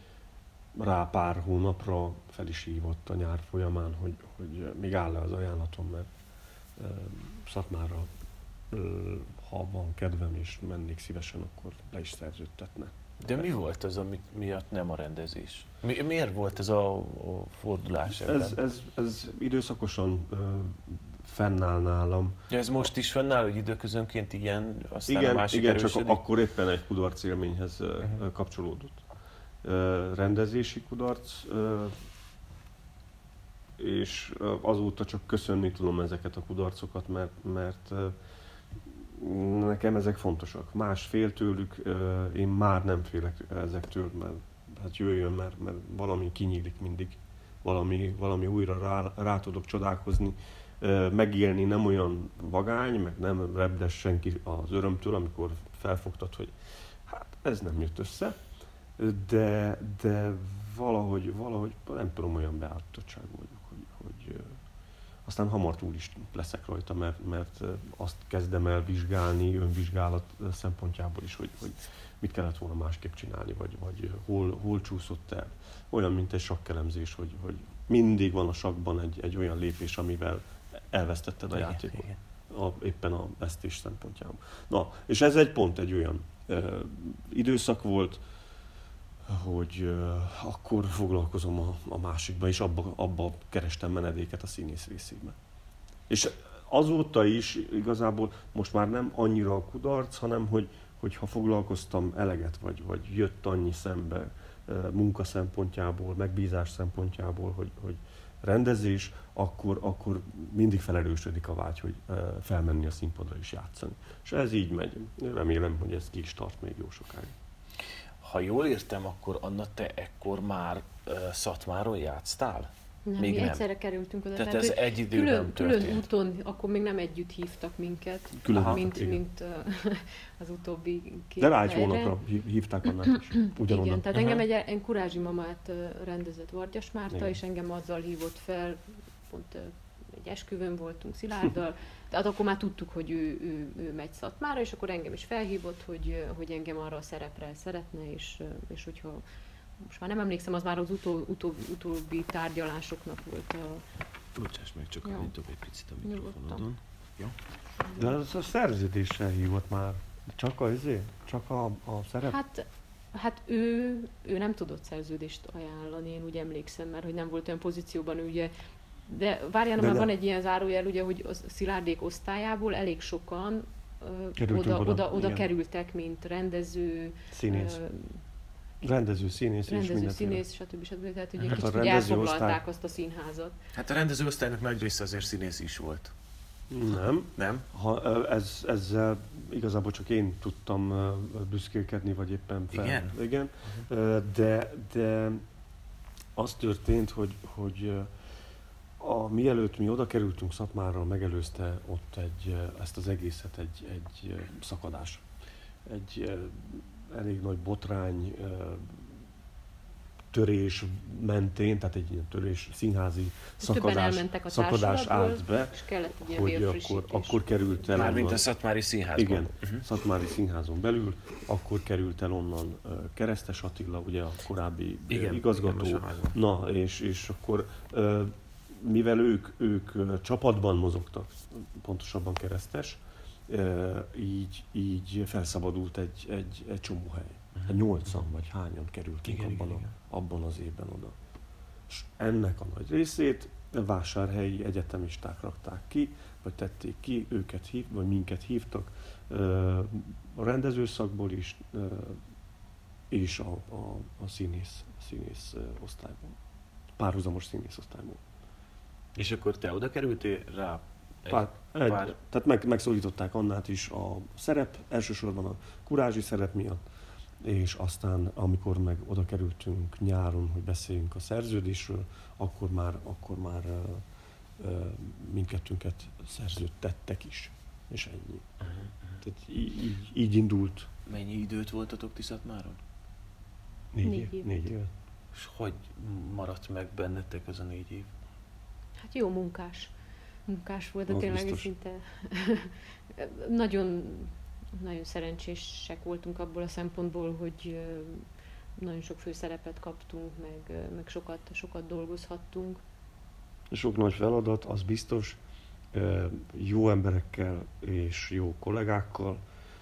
Speaker 4: rá pár hónapra fel is hívott a nyár folyamán, hogy, hogy még áll-e az ajánlatom, mert ö, Szatmárra, ö, ha van kedvem és mennék szívesen, akkor le is szerződtetne.
Speaker 2: De mi volt az, amit miatt nem a rendezés? Mi, miért volt ez a, a fordulás ebben?
Speaker 4: Ez, ez, ez időszakosan ö, fennáll nálam.
Speaker 2: Ja, ez most is fennáll, hogy időközönként ilyen, aztán a
Speaker 4: Igen,
Speaker 2: másik
Speaker 4: igen, csak
Speaker 2: erősödik?
Speaker 4: akkor éppen egy kudarc élményhez ö,
Speaker 2: Uh-huh.
Speaker 4: kapcsolódott. Ö, rendezési kudarc, ö, és ö, azóta csak köszönni tudom ezeket a kudarcokat, mert, mert ö, nekem ezek fontosak. Más fél tőlük, ö, én már nem félek ezektől, mert hát jöjjön, mert, mert valami kinyílik mindig, valami, valami újra rá, rá tudok csodálkozni, ö, megélni, nem olyan vagány, meg nem repdes senki az örömtől, amikor felfogtad, hogy hát ez nem jött össze, de, de valahogy, valahogy nem tudom, olyan beállítottságú vagyok, hogy, hogy ö, aztán hamar túl is leszek rajta, mert, mert ö, azt kezdem el vizsgálni, önvizsgálat szempontjából is, hogy, hogy mit kellett volna másképp csinálni, vagy, vagy hol, hol csúszott el. Olyan, mint egy sakkelemzés, hogy, hogy mindig van a sakkban egy, egy olyan lépés, amivel elvesztetted a
Speaker 2: Igen,
Speaker 4: játékot.
Speaker 2: igen.
Speaker 4: A, éppen a vesztés szempontjából. Na, és ez egy pont egy olyan ö, időszak volt, hogy ö, akkor foglalkozom a, a másikba, és abba, abba kerestem menedéket a színész részében. És azóta is igazából most már nem annyira a kudarc, hanem hogy, hogy ha foglalkoztam eleget, vagy, vagy jött annyi szembe ö, munka szempontjából, megbízás szempontjából, hogy, hogy rendezés, akkor, akkor mindig felerősödik a vágy, hogy uh, felmenni a színpadra és játszani. És ez így megy. Remélem, hogy ez ki is tart még jó sokáig.
Speaker 2: Ha jól értem, akkor Anna, te ekkor már uh, Szatmáron játsztál?
Speaker 3: Nem,
Speaker 2: Még
Speaker 3: mi
Speaker 2: nem.
Speaker 3: egyszerre kerültünk oda.
Speaker 2: Tehát
Speaker 3: tehát,
Speaker 2: ez
Speaker 3: hogy
Speaker 2: egy időben
Speaker 3: külön, külön
Speaker 2: történt.
Speaker 3: úton, akkor még nem együtt hívtak minket,
Speaker 4: Külön
Speaker 2: Aha,
Speaker 3: mint,
Speaker 4: igen.
Speaker 3: mint uh, az utóbbi két
Speaker 4: De rá egy
Speaker 3: helyre.
Speaker 4: hónapra hív- hívták Annát is. Ugyanoda.
Speaker 3: Igen, tehát
Speaker 2: Aha.
Speaker 3: engem egy, egy Kurázsi mamát uh, rendezett Vargyas Márta,
Speaker 4: Igen.
Speaker 3: és engem azzal hívott fel, pont uh, egy esküvőn voltunk Szilárddal, tehát akkor már tudtuk, hogy ő, ő, ő megy Szatmárra, és akkor engem is felhívott, hogy, hogy engem arra a szerepre szeretne, és, és hogyha most már nem emlékszem, az már az utó, utó, utóbbi tárgyalásoknak volt a...
Speaker 2: Bocsáss meg, csak
Speaker 3: Jó.
Speaker 2: hallgatok egy picit a
Speaker 3: Nyugodtan.
Speaker 2: mikrofonodon. Jó?
Speaker 4: De az a szerződéssel hívott már. Csak a, izé, csak a, a szerep?
Speaker 3: Hát, hát ő, ő nem tudott szerződést ajánlani, én úgy emlékszem, mert hogy nem volt olyan pozícióban, ő ugye, de várjál, már van egy ilyen zárójel, ugye, hogy a Szilárdék osztályából elég sokan ö, oda, oda, oda, oda kerültek, mint rendező,
Speaker 4: színész.
Speaker 3: Ö,
Speaker 4: rendező, színész
Speaker 3: rendező,
Speaker 4: és mindenféle.
Speaker 3: színész, stb. stb. Tehát, hogy egy
Speaker 4: Hát
Speaker 3: kicsit
Speaker 4: a
Speaker 3: úgy elfoglalták
Speaker 4: osztály...
Speaker 3: azt a színházat.
Speaker 2: Hát a rendezőosztálynak nagy része azért színész is volt.
Speaker 4: Nem.
Speaker 2: Nem?
Speaker 4: Ha, ez, ezzel igazából csak én tudtam büszkélkedni, vagy éppen fel.
Speaker 2: Igen?
Speaker 4: Igen. De, de az történt, hogy, hogy a, mielőtt mi oda kerültünk Szatmárra, megelőzte ott egy, ezt az egészet egy, egy szakadás. Egy elég nagy botrány, törés mentén, tehát egy ilyen törés, színházi szakadás, szakadás állt be,
Speaker 3: és kellett egy
Speaker 4: hogy akkor, akkor került el
Speaker 2: Mármint
Speaker 4: onnan,
Speaker 2: a Szatmári Színházban.
Speaker 4: igen,
Speaker 2: Uh-huh.
Speaker 4: Szatmári Színházon belül, akkor került el onnan uh, Keresztes Attila, ugye a korábbi
Speaker 2: igen,
Speaker 4: igazgató,
Speaker 2: igen,
Speaker 4: na és, és akkor uh, mivel ők, ők uh, csapatban mozogtak, pontosabban Keresztes, uh, így, így felszabadult egy, egy, egy csomó hely. Uh-huh. Nyolcan vagy hányan kerültünk
Speaker 2: igen,
Speaker 4: abban,
Speaker 2: igen,
Speaker 4: a,
Speaker 2: igen.
Speaker 4: abban az évben oda. És ennek a nagy részét vásárhelyi egyetemisták rakták ki, vagy tették ki, őket hív, vagy minket hívtak, a rendezőszakból is, és a, a, a színész, színész osztályból, párhuzamos színész osztályból.
Speaker 2: És akkor te oda kerültél rá? Egy,
Speaker 4: Pár, egy,
Speaker 2: pár...
Speaker 4: Tehát meg, megszólították Annát is a szerep, elsősorban a kurázsi szerep miatt, és aztán, amikor meg oda kerültünk nyáron, hogy beszéljünk a szerződésről, akkor már, akkor már uh, uh, mindkettőnket szerződtettek is, és ennyi.
Speaker 2: Uh-huh.
Speaker 4: Tehát így, így, így indult.
Speaker 2: Mennyi időt voltatok ti Szatmáron?
Speaker 4: Négy,
Speaker 3: Négy
Speaker 4: év,
Speaker 3: év.
Speaker 4: négy év.
Speaker 2: És hogy maradt meg bennetek ez a négy év?
Speaker 3: Hát jó munkás. Munkás volt, de
Speaker 4: Az
Speaker 3: tényleg
Speaker 4: biztos.
Speaker 3: szinte nagyon, nagyon szerencsések voltunk abból a szempontból, hogy nagyon sok főszerepet kaptunk, meg, meg sokat, sokat dolgozhattunk.
Speaker 4: Sok nagy feladat, az biztos. Jó emberekkel és jó kollégákkal.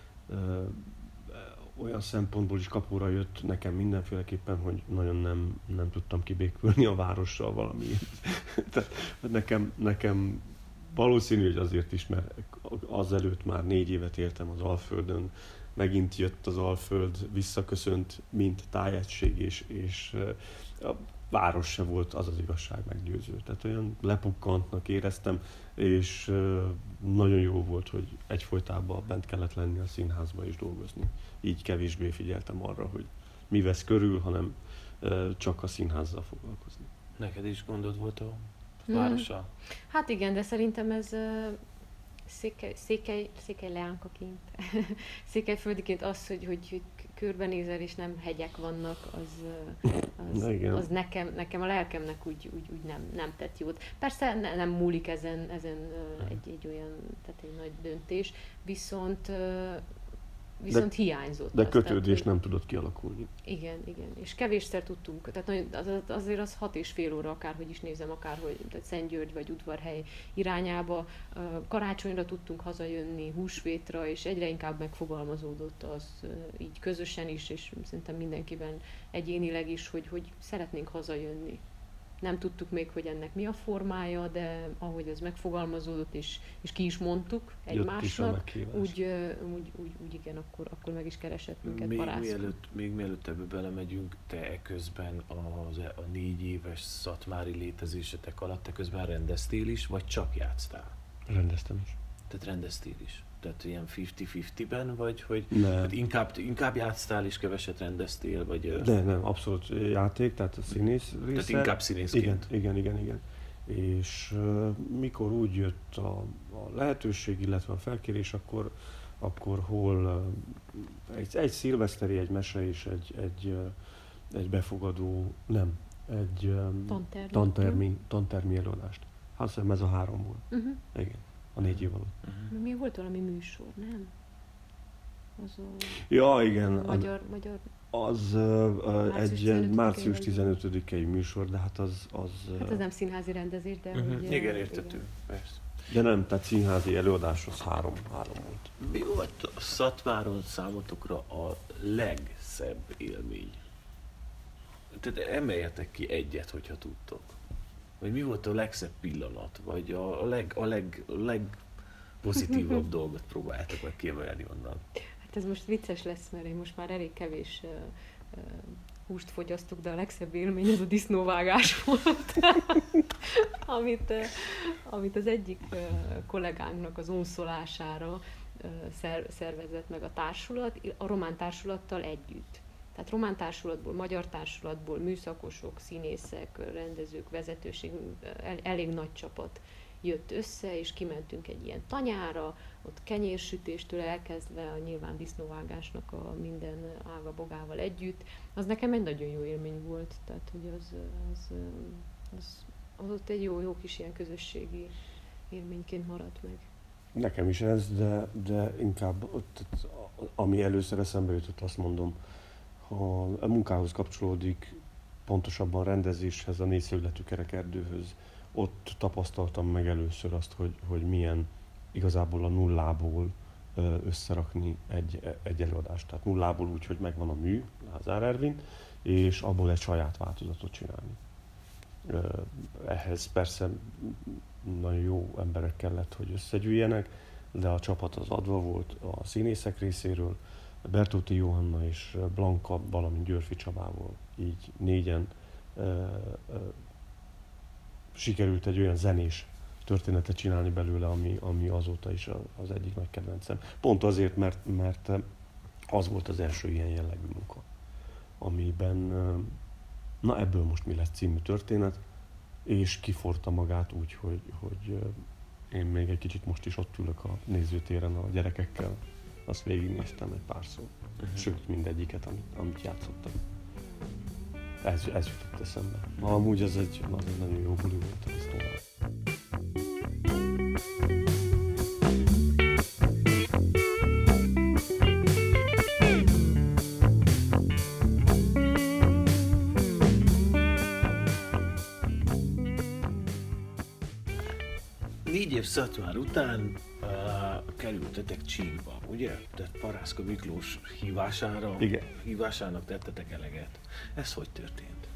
Speaker 4: Olyan szempontból is kapóra jött nekem mindenféleképpen, hogy nagyon nem, nem tudtam kibékülni a várossal valamiért. Tehát nekem, nekem valószínű, hogy azért is, mert azelőtt már négy évet éltem az Alföldön, megint jött az Alföld, visszaköszönt, mint tájegység, és, és a város se volt, az az igazság meggyőző. Tehát olyan lepukkantnak éreztem, és nagyon jó volt, hogy egyfolytában bent kellett lenni a színházba és dolgozni. Így kevésbé figyeltem arra, hogy mi vesz körül, hanem csak a színházzal foglalkozni.
Speaker 2: Neked is gondod volt a
Speaker 3: Hmm.
Speaker 2: várossal?
Speaker 3: Hát igen, de szerintem ez uh, székely, székely, székely leánkaként, székelyföldiként az, hogy, hogy, hogy körbenézel és nem hegyek vannak, az, az, az nekem, nekem a lelkemnek úgy, úgy, úgy nem, nem tett jót. Persze ne, nem múlik ezen, ezen uh, egy, egy olyan, tehát egy nagy döntés, viszont uh, viszont de, hiányzott.
Speaker 4: De
Speaker 3: az,
Speaker 4: kötődés
Speaker 3: tehát,
Speaker 4: nem tudott kialakulni.
Speaker 3: Igen, igen. És kevésszer tudtunk. Tehát az, azért az hat és fél óra, akárhogy is nézem, akárhogy, tehát Szentgyörgy vagy Udvarhely irányába. Karácsonyra tudtunk hazajönni, húsvétra, és egyre inkább megfogalmazódott az így közösen is, és szerintem mindenkiben egyénileg is, hogy, hogy szeretnénk hazajönni. Nem tudtuk még, hogy ennek mi a formája, de ahogy ez megfogalmazódott, és, és ki is mondtuk egymásnak, úgy, úgy, úgy, úgy igen, akkor, akkor meg is keresett minket
Speaker 2: még
Speaker 3: Parászka.
Speaker 2: mielőtt, még mielőtt ebbe belemegyünk, te eközben az, a négy éves szatmári létezésetek alatt, te közben rendeztél is, vagy csak játsztál?
Speaker 4: Rendeztem is.
Speaker 2: Tehát rendeztél is? Tehát ilyen fifty-fifty-ben, vagy hogy
Speaker 4: nem.
Speaker 2: Inkább, inkább játsztál és keveset rendeztél? Vagy...
Speaker 4: De nem, abszolút játék, tehát a színész része.
Speaker 2: Tehát inkább színészként?
Speaker 4: Igen, igen, igen. igen. És uh, mikor úgy jött a, a lehetőség, illetve a felkérés, akkor, akkor hol uh, egy, egy szilveszteri, egy mese és egy, egy, uh, egy befogadó, nem, egy um, tantermi, tantermi előadást Hát hiszem ez a három volt.
Speaker 3: Uh-huh.
Speaker 4: Igen, a négy év alatt.
Speaker 3: Uh-huh. Mi volt valami műsor, nem? Az a...
Speaker 4: Ja, igen.
Speaker 3: Magyar, a, magyar...
Speaker 4: Az uh, egy március tizenötödikei műsor, de hát az... az
Speaker 3: hát az nem színházi rendezés, de...
Speaker 2: Uh-huh.
Speaker 3: Hogy,
Speaker 2: igen, értető, persze.
Speaker 4: De nem, tehát színházi előadás az három, három volt.
Speaker 2: Mi volt a Szatmáron számotokra a legszebb élmény? Tehát emeljetek ki egyet, hogyha tudtok. Vagy mi volt a legszebb pillanat? Vagy a, leg, a, leg, a legpozitívabb dolgot próbáljátok meg kiemelni onnan?
Speaker 3: Hát ez most vicces lesz, mert én most már elég kevés uh, uh, húst fogyasztok, de a legszebb élmény az a disznóvágás volt. amit, uh, amit az egyik uh, kollégánknak az unszolására uh, szer- szervezett meg a társulat, a román társulattal együtt. Tehát román társulatból, magyar társulatból, műszakosok, színészek, rendezők, vezetőség, el, elég nagy csapat jött össze, és kimentünk egy ilyen tanyára, ott kenyérsütéstől elkezdve a nyilván disznóvágásnak a minden ága-bogával együtt. Az nekem egy nagyon jó élmény volt, tehát hogy az, az, az, az ott egy jó, jó kis ilyen közösségi élményként maradt meg.
Speaker 4: Nekem is ez, de, de inkább ott, ami először eszembe jutott, azt mondom, ha a munkához kapcsolódik, pontosabban rendezéshez, a négyszögletű kerekerdőhöz, ott tapasztaltam meg először azt, hogy, hogy milyen igazából a nullából összerakni egy, egy előadást. Tehát nullából úgy, hogy megvan a mű, Lázár Ervin, és abból egy saját változatot csinálni. Ehhez persze nagyon jó emberek kellett, hogy összegyűjjenek, de a csapat az adva volt a színészek részéről, Bertóti Johanna és Blanka, valamint Györfi Csabával, így négyen ö, ö, sikerült egy olyan zenés történetet csinálni belőle, ami, ami azóta is az egyik nagy kedvencem. Pont azért, mert, mert az volt az első ilyen jellegű munka, amiben, na ebből most mi lesz című történet, és kiforta magát úgy, hogy, hogy én még egy kicsit most is ott ülök a nézőtéren a gyerekekkel, azt végignéztem egy párszor, uh-huh. Sőt mindegyiket, amit, amit játszottam. Ez, ez jutott eszembe. Amúgy ez egy, az egy nagyon jó buli volt a disznóvár.
Speaker 2: Négy év Szatmár után uh, kerültetek Csíkba, ugye? Tehát Parászka Miklós hívására,
Speaker 4: Igen.
Speaker 2: hívásának tettetek eleget. Ez hogy történt?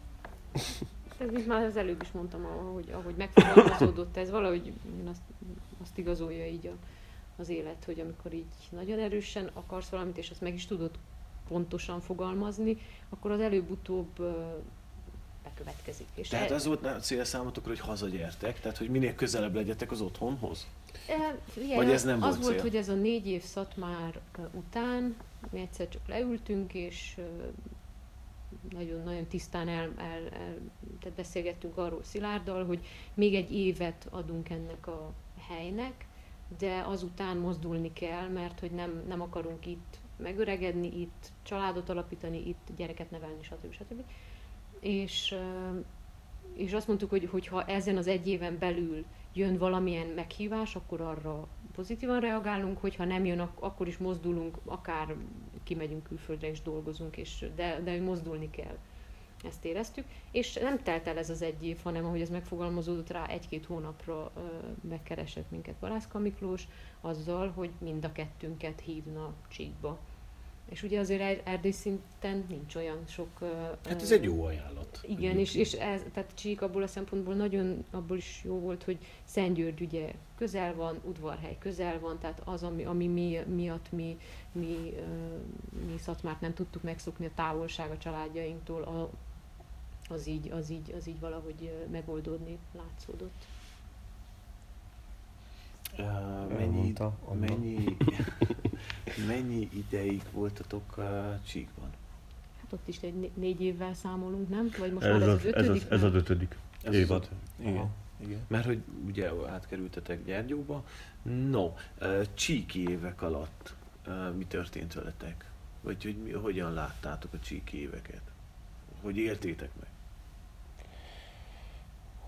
Speaker 3: Ez, mint már az előbb is mondtam, ahogy, ahogy megfogalmazódott ez, valahogy azt, azt igazolja így a, az élet, hogy amikor így nagyon erősen akarsz valamit, és azt meg is tudod pontosan fogalmazni, akkor az előbb-utóbb bekövetkezik. És
Speaker 2: tehát
Speaker 3: el...
Speaker 2: az volt a cél számotokra, hogy hazagyertek? Tehát, hogy minél közelebb legyetek az otthonhoz?
Speaker 3: E, igen,
Speaker 2: vagy ez nem
Speaker 3: az
Speaker 2: volt
Speaker 3: volt,
Speaker 2: cél?
Speaker 3: hogy ez a négy év Szatmár után mi egyszer csak leültünk, és nagyon-nagyon tisztán el, el, el, tehát beszélgettünk arról Szilárddal, hogy még egy évet adunk ennek a helynek, de azután mozdulni kell, mert hogy nem, nem akarunk itt megöregedni, itt családot alapítani, itt gyereket nevelni, stb. stb. És, és azt mondtuk, hogy, hogy ha ezen az egy éven belül jön valamilyen meghívás, akkor arra pozitívan reagálunk, hogyha nem jön, akkor is mozdulunk, akár kimegyünk külföldre és dolgozunk, és, de, de mozdulni kell. Ezt éreztük. És nem telt el ez az egy év, hanem ahogy ez megfogalmazódott rá, egy-két hónapra ö, megkeresett minket Parászka Miklós azzal, hogy mind a kettőnket hívna Csíkba. És ugye azért Erdély szinten nincs olyan sok...
Speaker 2: Hát ez egy jó ajánlat.
Speaker 3: Igen, és, és ez, tehát Csík abból a szempontból nagyon, abból is jó volt, hogy Szentgyörgy ugye közel van, Udvarhely közel van, tehát az, ami, ami mi, miatt mi, mi, mi Szatmárt nem tudtuk megszokni, a távolság a családjainktól, a, az, így, az, így, az így valahogy megoldódni látszódott.
Speaker 2: Uh, mennyi, mennyi, mennyi ideig voltatok uh, Csíkban?
Speaker 3: Hát ott is egy négy évvel számolunk, nem? Vagy most
Speaker 4: ez
Speaker 3: már ez
Speaker 4: az,
Speaker 3: az ötödik?
Speaker 4: Ez az, ez az ötödik
Speaker 2: ez
Speaker 4: évad.
Speaker 2: Az igen. Igen. Mert hogy ugye átkerültetek Gyergyóba. No, uh, csíki évek alatt uh, mi történt veletek? Vagy hogy mi, hogyan láttátok a csíki éveket? Hogy éltétek meg?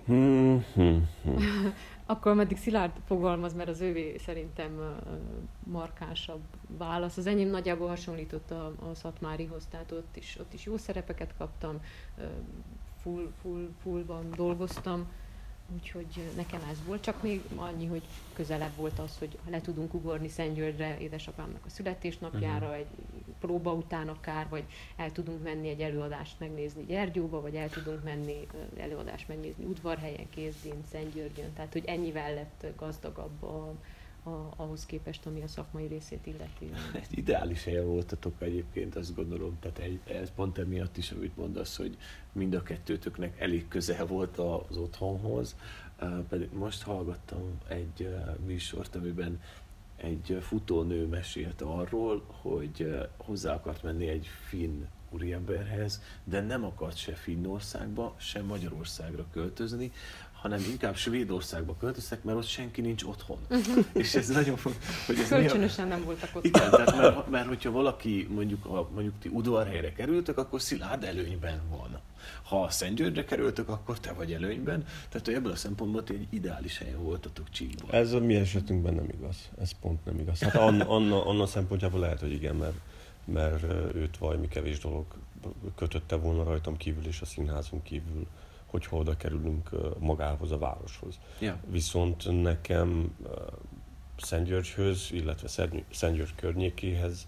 Speaker 4: Hmm, hmm, hmm.
Speaker 3: Akkor meddig Szilárd fogalmaz, mert az ővé szerintem markánsabb válasz. Az enyém nagyjából hasonlított a, a Szatmárihoz, tehát ott is, ott is jó szerepeket kaptam, full, full, fullban dolgoztam, úgyhogy nekem ez volt, csak még annyi, hogy közelebb volt az, hogy le tudunk ugorni Szentgyörgyre édesapámnak a születésnapjára, uh-huh. egy próba után akár, vagy el tudunk menni egy előadást megnézni Gyergyóba, vagy el tudunk menni előadást megnézni Udvarhelyen, Kézdin, Szentgyörgyön, tehát hogy ennyivel lett gazdagabb a, a, ahhoz képest, ami a szakmai részét illeti.
Speaker 2: Egy ideális helyen voltatok egyébként, azt gondolom, tehát egy, ez pont emiatt is, amit mondasz, hogy mind a kettőtöknek elég közel volt az otthonhoz. Uh, pedig most hallgattam egy uh, műsort, amiben egy futónő mesélt arról, hogy uh, hozzá akart menni egy finn úriemberhez, de nem akart se Finnországba, se Magyarországra költözni, hanem inkább Svédországba költöztek, mert ott senki nincs otthon. Uh-huh. És ez nagyon fontos, hogy ez
Speaker 3: kölcsönösen mi a... nem voltak otthon.
Speaker 2: Igen, tehát mert, mert hogyha valaki mondjuk, a, mondjuk ti Udvarhelyre kerültök, akkor Szilárd előnyben van. Ha Szentgyörgyre kerültök, akkor te vagy előnyben. Tehát hogy ebből a szempontból egy ideális helyen voltatok Csíkban.
Speaker 4: Ez a mi esetünkben nem igaz. Ez pont nem igaz. Hát Anna, Anna, Anna szempontjából lehet, hogy igen, mert, mert őt valami kevés dolog kötötte volna rajtam kívül és a színházunk kívül, hogyha oda kerülünk magához, a városhoz. Yeah. Viszont nekem Szentgyörgyhöz, illetve Szentgyörgy környékéhez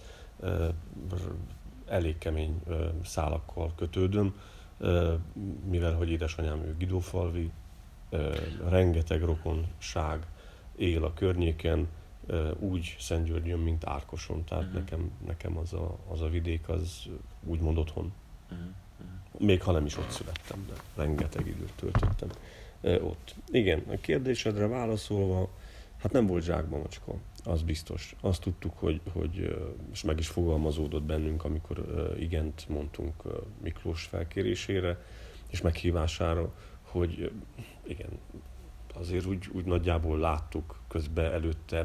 Speaker 4: elég kemény szálakkal kötődöm, mivel hogy édesanyám ő Gidófalvi, rengeteg rokonság él a környéken, úgy Szentgyörgyön, mint Árkoson. Tehát uh-huh. nekem, nekem az, a, az a vidék az úgymond otthon. Uh-huh. Még ha nem is ott születtem, de rengeteg időt töltöttem ott. Igen, a kérdésedre válaszolva, hát nem volt zsákba macska, az biztos. Azt tudtuk, hogy, hogy és meg is fogalmazódott bennünk, amikor igent mondtunk Miklós felkérésére és meghívására, hogy igen, azért úgy, úgy nagyjából láttuk közben előtte,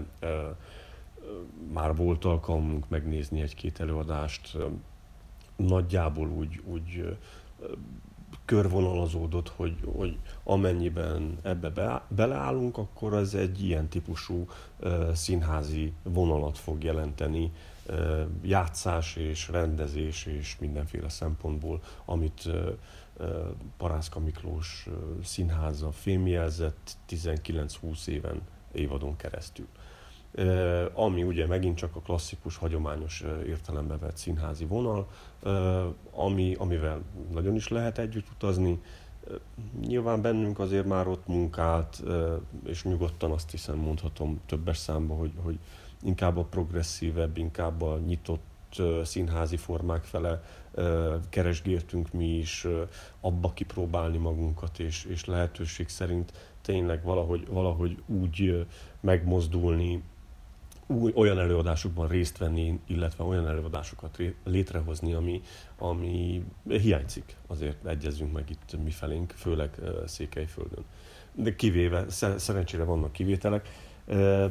Speaker 4: már volt alkalmunk megnézni egy-két előadást, nagyjából úgy, úgy körvonalazódott, hogy, hogy amennyiben ebbe be, beleállunk, akkor az egy ilyen típusú uh, színházi vonalat fog jelenteni, uh, játszás és rendezés és mindenféle szempontból, amit uh, uh, Parászka Miklós uh, színháza filmjelzett tizenkilenc-húsz éven, évadon keresztül. Uh, ami ugye megint csak a klasszikus, hagyományos uh, értelembe vett színházi vonal, uh, ami, amivel nagyon is lehet együtt utazni. Uh, nyilván bennünk azért már ott munkált, uh, és nyugodtan azt hiszem mondhatom többes számba, hogy, hogy inkább a progresszívebb, inkább a nyitott uh, színházi formák fele uh, keresgéltünk mi is, uh, abba kipróbálni magunkat, és, és lehetőség szerint tényleg valahogy, valahogy úgy uh, megmozdulni, új, olyan előadásokban részt venni, illetve olyan előadásokat ré, létrehozni, ami, ami hiányzik. Azért egyezünk meg itt mifelénk, főleg uh, Székelyföldön. De kivéve, szerencsére vannak kivételek. Uh,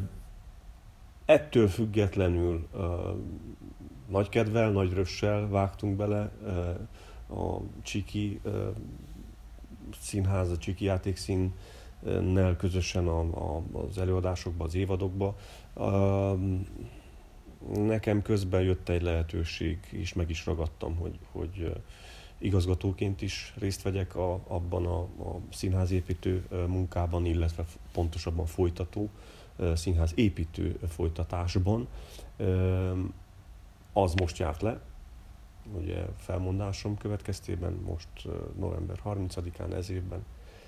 Speaker 4: ettől függetlenül uh, nagy kedvel, nagy rössel vágtunk bele uh, a Csiki uh, színház, a Csiki játékszínnel közösen a, a, az előadásokba, az évadokba. Uh, nekem közben jött egy lehetőség, és meg is ragadtam, hogy, hogy uh, igazgatóként is részt vegyek a, abban a, a színházépítő uh, munkában, illetve pontosabban folytató uh, színházépítő folytatásban. Uh, az most járt le, ugye felmondásom következtében, most uh, november harmincadikán ez évben.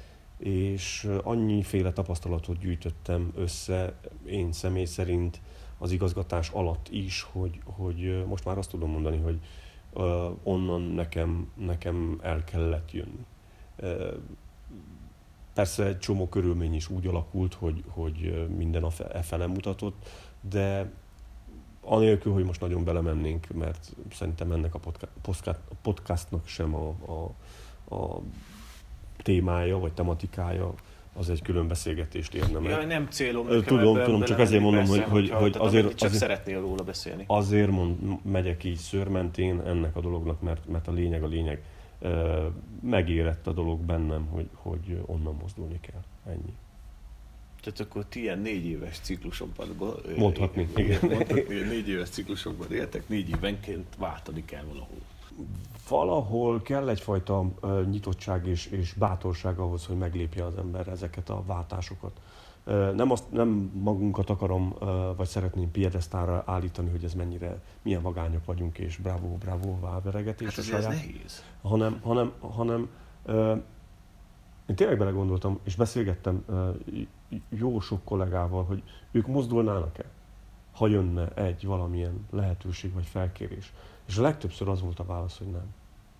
Speaker 4: És annyiféle tapasztalatot gyűjtöttem össze, én személy szerint az igazgatás alatt is, hogy, hogy most már azt tudom mondani, hogy uh, onnan nekem, nekem el kellett jönni. Uh, persze egy csomó körülmény is úgy alakult, hogy, hogy minden a e fele mutatott, de anélkül, hogy most nagyon belemennénk, mert szerintem ennek a podcast, podcastnak sem a, a, a témája vagy tematikája az egy külön beszélgetést érne meg.
Speaker 2: Ja, nem célom.
Speaker 4: Tudom, tudom, csak azért mondom, persze, hogy, hogy, hogy azért,
Speaker 2: csak
Speaker 4: azért,
Speaker 2: szeretnél róla beszélni.
Speaker 4: Azért mond, megyek így szőrmentén ennek a dolognak, mert, mert a lényeg a lényeg. megérett a dolog bennem, hogy, hogy onnan mozdulni kell. Ennyi.
Speaker 2: Tehát akkor ti ilyen négy éves ciklusokban
Speaker 4: mondhatni,
Speaker 2: igen. Mondhatni, négy éves ciklusokban éltek, négy évenként váltani kell valahol.
Speaker 4: Valahol kell egyfajta uh, nyitottság és, és bátorság ahhoz, hogy meglépje az ember ezeket a váltásokat. Uh, nem, azt, nem magunkat akarom, uh, vagy szeretném piedesztára állítani, hogy ez mennyire, milyen vagányok vagyunk, és bravo, bravo, válveregetés.
Speaker 2: Hát ez, ez nehéz.
Speaker 4: Hanem, hanem, hanem uh, én tényleg belegondoltam, és beszélgettem uh, jó sok kollégával, hogy ők mozdulnának-e, ha jönne egy valamilyen lehetőség vagy felkérés. És a legtöbbször az volt a válasz, hogy nem.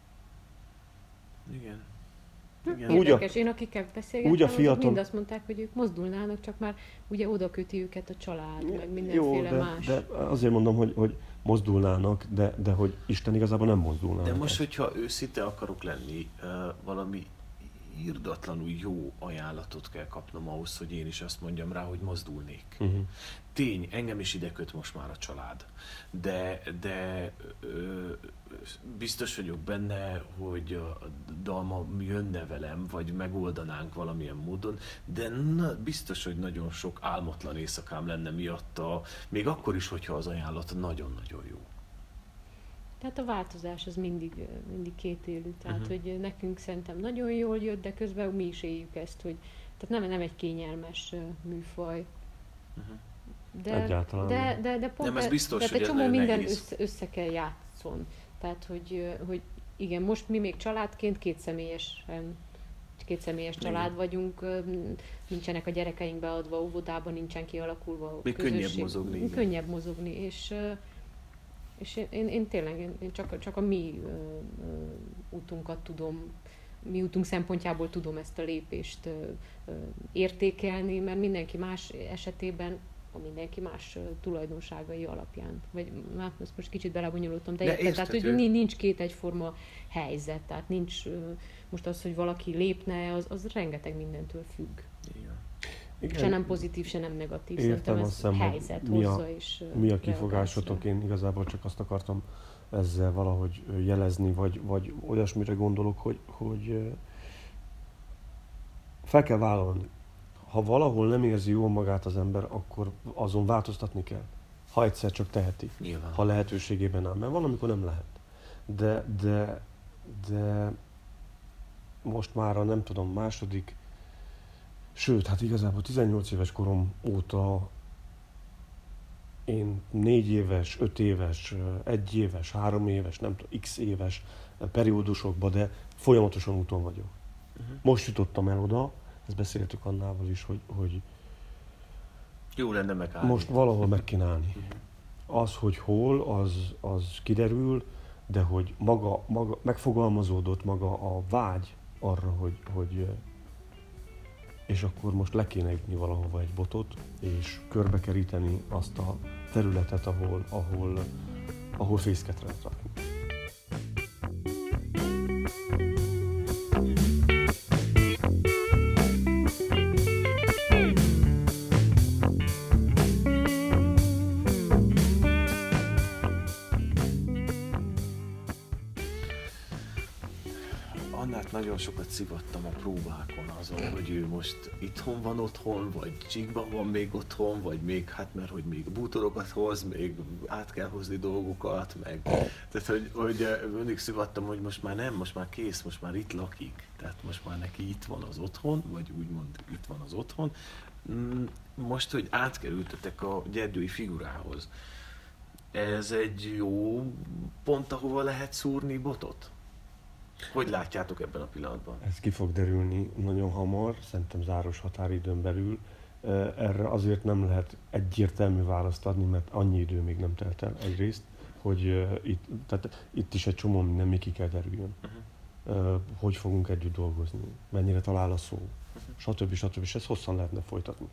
Speaker 2: Igen.
Speaker 3: Igen. Érdekes, én akikkel beszélgettem,
Speaker 4: úgy a fiatal...
Speaker 3: mind azt mondták, hogy ők mozdulnának, csak már ugye oda köti őket a család, meg mindenféle
Speaker 4: jó, de,
Speaker 3: más.
Speaker 4: De azért mondom, hogy, hogy mozdulnának, de, de hogy Isten igazából nem mozdulnának.
Speaker 2: De most, hogyha őszinte akarok lenni, valami irdatlanul jó ajánlatot kell kapnom ahhoz, hogy én is azt mondjam rá, hogy mozdulnék. Uh-huh. Tény, engem is ide köt most már a család, de, de ö, biztos vagyok benne, hogy a Dalma jönne velem, vagy megoldanánk valamilyen módon, de na, biztos, hogy nagyon sok álmatlan éjszakám lenne miatta, még akkor is, hogyha az ajánlat nagyon-nagyon jó.
Speaker 3: Tehát a változás az mindig, mindig kétélű, tehát uh-huh. hogy nekünk szerintem nagyon jól jött, de közben mi is éljük ezt, hogy tehát nem, nem egy kényelmes műfaj. Uh-huh. De,
Speaker 4: Egyáltalán.
Speaker 3: De, de, de pont
Speaker 2: nem, ez biztos,
Speaker 3: tehát egy csomó minden össze, össze kell játszon. Tehát, hogy, hogy igen, most mi még családként kétszemélyesen, kétszemélyes család igen. vagyunk, nincsenek a gyerekeink beadva óvodában, nincsen kialakulva
Speaker 2: még
Speaker 3: közösség.
Speaker 2: Könnyebb mozogni. Igen.
Speaker 3: Könnyebb mozogni, és És én, én, én tényleg én, én csak, csak a mi ö, ö, útunkat tudom, mi útunk szempontjából tudom ezt a lépést ö, ö, értékelni, mert mindenki más esetében a mindenki más tulajdonságai alapján. Vagy hát most kicsit belebonyolultam, de, de érted, tehát hogy nincs két egyforma helyzet, tehát nincs ö, most az, hogy valaki lépne, az, az rengeteg mindentől függ. Igen. Igen. Se nem pozitív, se nem negatív.
Speaker 4: Értem,
Speaker 3: szerintem ez helyzet
Speaker 4: mi
Speaker 3: hozza
Speaker 4: a,
Speaker 3: is.
Speaker 4: Mi a kifogásotok? Én igazából csak azt akartam ezzel valahogy jelezni, vagy, vagy olyasmire gondolok, hogy, hogy fel kell vállalni. Ha valahol nem érzi jól magát az ember, akkor azon változtatni kell. Ha egyszer csak teheti.
Speaker 2: Nyilván.
Speaker 4: Ha lehetőségében áll. Mert valamikor nem lehet. De, de, de most már a nem tudom, második Sőt, hát igazából tizennyolc éves korom óta én négy éves, öt éves, egy éves, három éves, nem tudom, x éves periódusokban, de folyamatosan úton vagyok. Uh-huh. Most jutottam el oda, ezt beszéltük Annával is, hogy, hogy
Speaker 2: jó lenne megállni.
Speaker 4: Most valahol meg kéne állni. Uh-huh. Az, hogy hol, az, az kiderül, de hogy maga, maga, megfogalmazódott maga a vágy arra, hogy, hogy és akkor most le kéne ütni valahova egy botot, és körbekeríteni azt a területet, ahol, ahol, ahol fészket lehet rakni.
Speaker 2: Nagyon sokat szivattam a próbákon azon, hogy ő most itthon van otthon, vagy Csíkban van még otthon, vagy még, hát mert hogy még bútorokat hoz, még át kell hozni dolgokat, meg, tehát hogy, hogy mindig szivattam, hogy most már nem, most már kész, most már itt lakik, tehát most már neki itt van az otthon, vagy úgymond itt van az otthon. Most, hogy átkerültetek a gyergyói figurához, ez egy jó pont, ahova lehet szúrni botot? Hogy látjátok ebben a pillanatban?
Speaker 4: Ez ki fog derülni nagyon hamar, szerintem záros határidőn belül. Erre azért nem lehet egyértelmű választ adni, mert annyi idő még nem telt el egyrészt, hogy itt, tehát itt is egy csomó minden még ki kell derüljön. Uh-huh. Hogy fogunk együtt dolgozni, mennyire talál a szó, uh-huh. stb. stb. És ezt hosszan lehetne folytatni.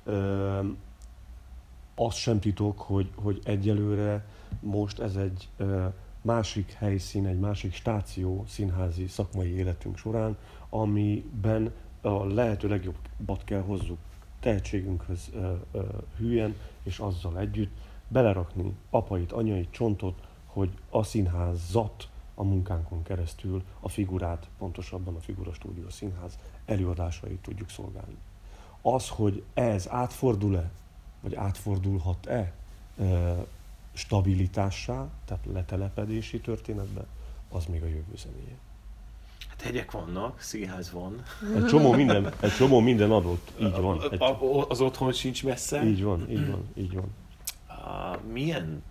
Speaker 4: Azt sem titok, hogy, hogy egyelőre most ez egy másik helyszín, egy másik stáció színházi szakmai életünk során, amiben a lehető legjobbat kell hozzuk tehetségünkhöz ö, ö, hülyen, és azzal együtt belerakni apait, anyait, csontot, hogy a színházat a munkánkon keresztül a figurát, pontosabban a Figura Stúdió Színház előadásait tudjuk szolgálni. Az, hogy ez átfordul-e, vagy átfordulhat-e e, stabilitássá, tehát letelepedési történetben, az még a jövő zenéje.
Speaker 1: Hát hegyek vannak, színház van.
Speaker 4: Egy csomó minden, egy csomó minden adott, így van. Egy...
Speaker 1: Az otthon sincs messze.
Speaker 4: Így van, így van, így van.
Speaker 1: Uh, milyen?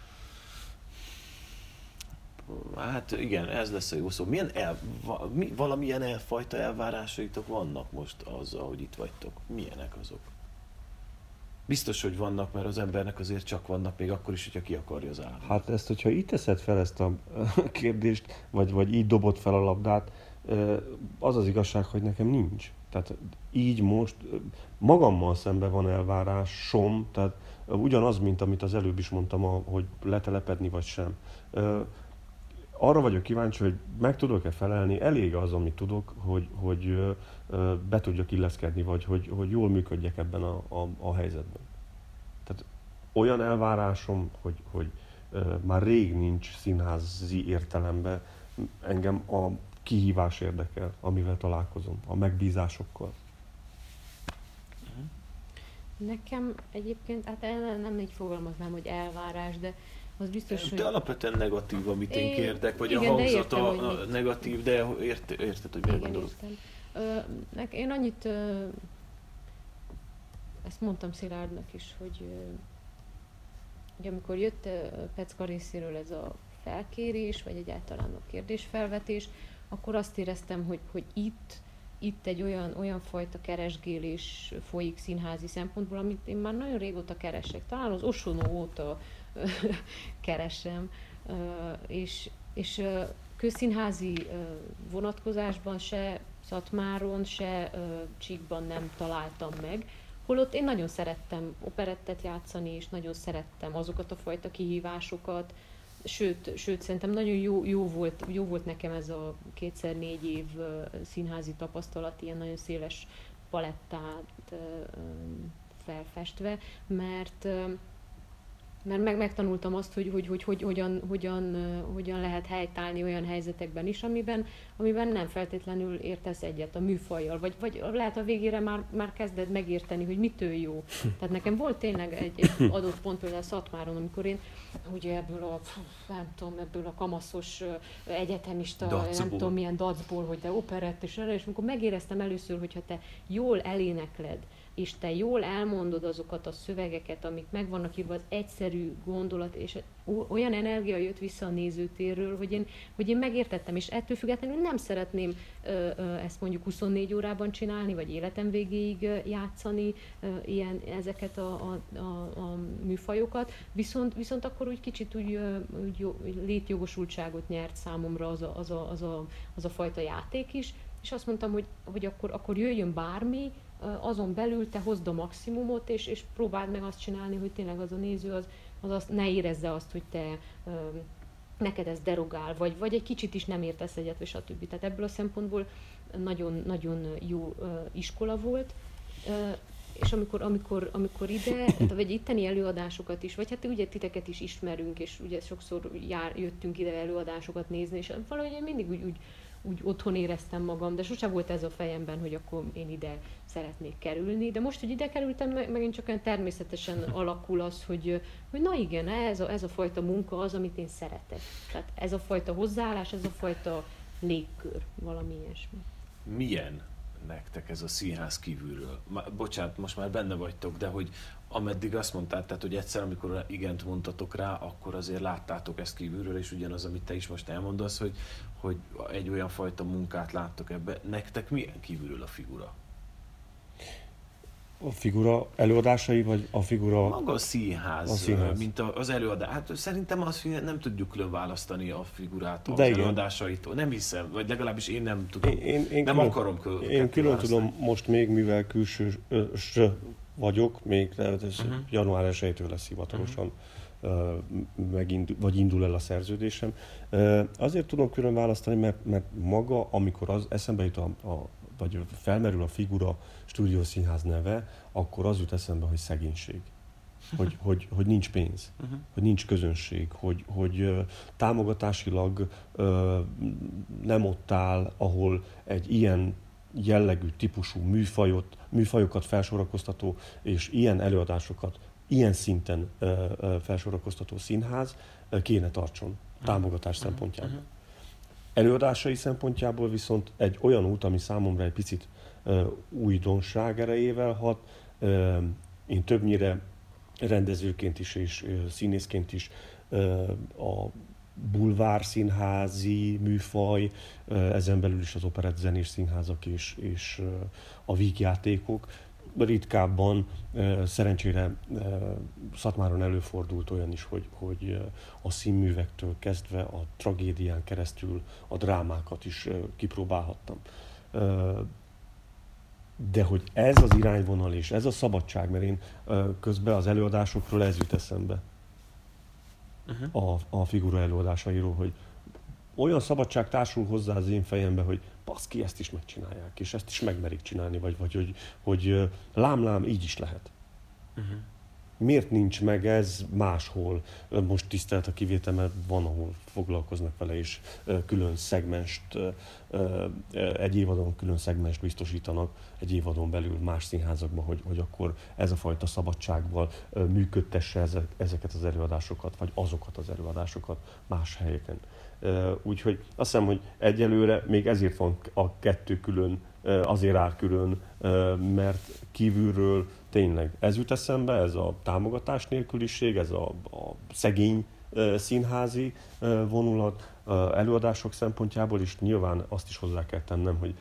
Speaker 1: Hát igen, ez lesz a jó szó. Milyen el, va, mi, valamilyen elfajta elvárásaitok vannak most azzal, hogy itt vagytok? Milyenek azok? Biztos, hogy vannak, mert az embernek azért csak vannak, még akkor is, hogyha ki akarja az állat.
Speaker 4: Hát ezt, hogyha így teszed fel ezt a kérdést, vagy, vagy így dobod fel a labdát, az az igazság, hogy nekem nincs. Tehát így most magammal szemben van elvárásom, tehát ugyanaz, mint amit az előbb is mondtam, hogy letelepedni vagy sem. Arra vagyok kíváncsi, hogy meg tudok-e felelni, elég az, amit tudok, hogy, hogy be tudjak illeszkedni, vagy hogy, hogy jól működjek ebben a, a, a helyzetben. Tehát olyan elvárásom, hogy, hogy már rég nincs színházi értelemben, engem a kihívás érdekel, amivel találkozom, a megbízásokkal.
Speaker 3: Nekem egyébként, hát nem így fogalmaznám, hogy elvárás, de az biztos,
Speaker 1: de
Speaker 3: hogy...
Speaker 1: alapvetően negatív, amit én, én kérdek, vagy
Speaker 3: igen,
Speaker 1: a hangzata
Speaker 3: értem,
Speaker 1: a negatív, de ért, érted, hogy mire gondolok.
Speaker 3: Értem. Én annyit, ezt mondtam Szilárdnak is, hogy, hogy amikor jött Pecka részéről ez a felkérés, vagy egyáltalán a kérdésfelvetés, akkor azt éreztem, hogy, hogy itt, itt egy olyan, olyan fajta keresgélés folyik színházi szempontból, amit én már nagyon régóta keresek. Talán az Osonó óta keresem, és, és közszínházi vonatkozásban se Szatmáron, se Csíkban nem találtam meg, holott én nagyon szerettem operettet játszani, és nagyon szerettem azokat a fajta kihívásokat, sőt, sőt szerintem nagyon jó, jó, volt, jó volt nekem ez a kétszer négy év színházi tapasztalat, ilyen nagyon széles palettát felfestve, mert mert meg, megtanultam azt, hogy, hogy, hogy, hogy hogyan, hogyan, hogyan lehet helytállni olyan helyzetekben is, amiben, amiben nem feltétlenül értesz egyet a műfajjal, vagy, vagy lehet a végére már, már kezded megérteni, hogy mitől jó. Tehát nekem volt tényleg egy, egy adott pont, például a Szatmáron, amikor én ugye ebből a, nem tudom, ebből a kamaszos egyetemista,
Speaker 1: dacból.
Speaker 3: nem tudom milyen dacból, hogy te operett és erre, és amikor megéreztem először, hogyha te jól elénekled, és te jól elmondod azokat a szövegeket, amik meg vannak írva, az egyszerű gondolat, és olyan energia jött vissza a nézőtérről, hogy én, hogy én megértettem, és ettől függetlenül nem szeretném ö, ö, ezt mondjuk huszonnégy órában csinálni, vagy életem végéig játszani ö, ilyen, ezeket a, a, a, a műfajokat, viszont, viszont akkor úgy kicsit úgy, ö, úgy jó, létjogosultságot nyert számomra az a, az, a, az, a, az a fajta játék is, és azt mondtam, hogy, hogy akkor, akkor jöjjön bármi, azon belül te hozd a maximumot, és, és próbáld meg azt csinálni, hogy tényleg az a néző az, az azt, ne érezze azt, hogy te ö, neked ez derogál, vagy, vagy egy kicsit is nem értesz egyet, vagy stb. Tehát ebből a szempontból nagyon, nagyon jó ö, iskola volt, ö, és amikor, amikor, amikor ide, vagy itteni előadásokat is, vagy hát ugye titeket is ismerünk, és ugye sokszor jár, jöttünk ide előadásokat nézni, és valahogy én mindig úgy, úgy úgy otthon éreztem magam, de sose volt ez a fejemben, hogy akkor én ide szeretnék kerülni. De most, hogy ide kerültem, megint csak olyan természetesen alakul az, hogy, hogy na igen, ez a, ez a fajta munka az, amit én szeretek. Tehát ez a fajta hozzáállás, ez a fajta légkör, valami ilyesmi.
Speaker 1: Milyen nektek ez a színház kívülről? Bocsánat, most már benne vagytok, de hogy ameddig azt mondtad, tehát, hogy egyszer, amikor igent mondtatok rá, akkor azért láttátok ezt kívülről, és ugyanaz, amit te is most elmondasz, hogy, hogy egy olyan fajta munkát láttok ebbe. Nektek milyen kívülről a figura?
Speaker 4: A figura előadásai, vagy a figura...
Speaker 1: Maga a színház,
Speaker 4: a színház.
Speaker 1: mint az előadás. Hát szerintem azt nem tudjuk külön választani a figurától,
Speaker 4: de
Speaker 1: az
Speaker 4: igen.
Speaker 1: előadásaitól. Nem hiszem, vagy legalábbis én nem tudom.
Speaker 4: Én, én, én
Speaker 1: nem
Speaker 4: külön,
Speaker 1: akarom külön.
Speaker 4: Én külön tudom most még, mivel külsős vagyok, még uh-huh. január elsejétől lesz hivatalosan uh-huh. megindul, vagy indul el a szerződésem. Azért tudom külön választani, mert, mert maga, amikor az eszembe jut a, a vagy felmerül a Figura Stúdió Színház neve, akkor az jut eszembe, hogy szegénység. hogy, hogy, hogy nincs pénz, uh-huh. hogy nincs közönség, hogy, hogy uh, támogatásilag uh, nem ott áll, ahol egy ilyen jellegű, típusú műfajot, műfajokat felsorakoztató és ilyen előadásokat ilyen szinten uh, uh, felsorakoztató színház uh, kéne tartson támogatás uh-huh. szempontjából. Uh-huh. Előadásai szempontjából viszont egy olyan út, ami számomra egy picit uh, újdonság erejével hat. Uh, én többnyire rendezőként is és uh, színészként is uh, a bulvár színházi műfaj, uh, ezen belül is az operett zenés színházak és, és uh, a vígjátékok. Ritkábban, uh, szerencsére uh, Szatmáron előfordult olyan is, hogy, hogy uh, a színművektől kezdve a tragédián keresztül a drámákat is uh, kipróbálhattam. Uh, de hogy ez az irányvonal és ez a szabadság, mert én uh, közben az előadásokról ez jut eszembe, uh-huh. a, a figura előadásairól, hogy olyan szabadság társul hozzá az én fejembe, hogy baszki, ezt is megcsinálják, és ezt is megmerik csinálni, vagy, vagy hogy, hogy lám-lám, így is lehet. Uh-huh. Miért nincs meg ez máshol? Most tisztelt a kivétel, mert van, ahol foglalkoznak vele, és külön szegmest, egy évadon külön szegmest biztosítanak egy évadon belül más színházakban, hogy, hogy akkor ez a fajta szabadsággal működtesse ezeket az előadásokat, vagy azokat az előadásokat más helyeken. Úgyhogy azt hiszem, hogy egyelőre még ezért van a kettő külön, azért áll külön, mert kívülről tényleg ez jut eszembe, ez a támogatás nélküliség, ez a, a szegény színházi vonulat előadások szempontjából is. Nyilván azt is hozzá kell tennem, hogy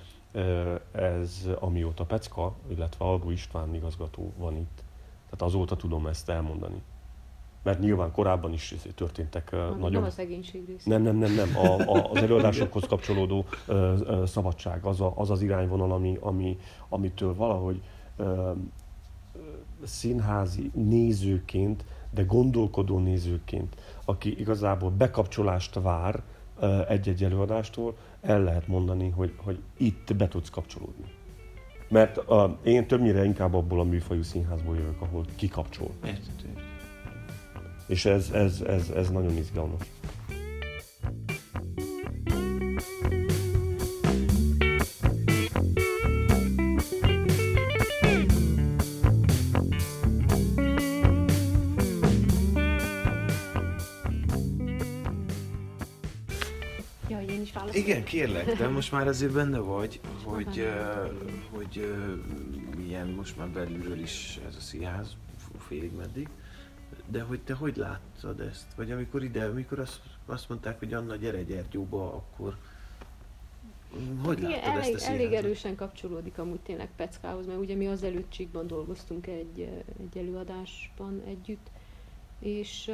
Speaker 4: ez amióta Pecka, illetve Albu István igazgató van itt. Tehát azóta tudom ezt elmondani. Mert nyilván korábban is történtek uh,
Speaker 3: nem
Speaker 4: nagyon...
Speaker 3: Nem a szegénység része.
Speaker 4: Nem, nem, nem, nem. A, a, az előadásokhoz kapcsolódó uh, uh, szabadság, az, a, az az irányvonal, ami, ami, amitől valahogy uh, színházi nézőként, de gondolkodó nézőként, aki igazából bekapcsolást vár uh, egy-egy előadástól, el lehet mondani, hogy, hogy itt be tudsz kapcsolódni. Mert uh, én többnyire inkább abból a műfajú színházból jövök, ahol kikapcsol.
Speaker 2: Értető.
Speaker 4: És ez, ez, ez, ez nagyon izgalmas.
Speaker 3: Jaj, én is válaszolom.
Speaker 2: Igen, kérlek, de most már azért benne vagy, hogy, uh, hogy uh, milyen most már belülről is ez a színház, félig meddig. De hogy te hogy láttad ezt? Vagy amikor ide, amikor azt, azt mondták, hogy Anna, gyere Gyergyóba, akkor hogy láttad
Speaker 3: elég,
Speaker 2: ezt a színházat?
Speaker 3: Elég erősen kapcsolódik amúgy tényleg Peckához, mert ugye mi az előttségben dolgoztunk egy, egy előadásban együtt, és,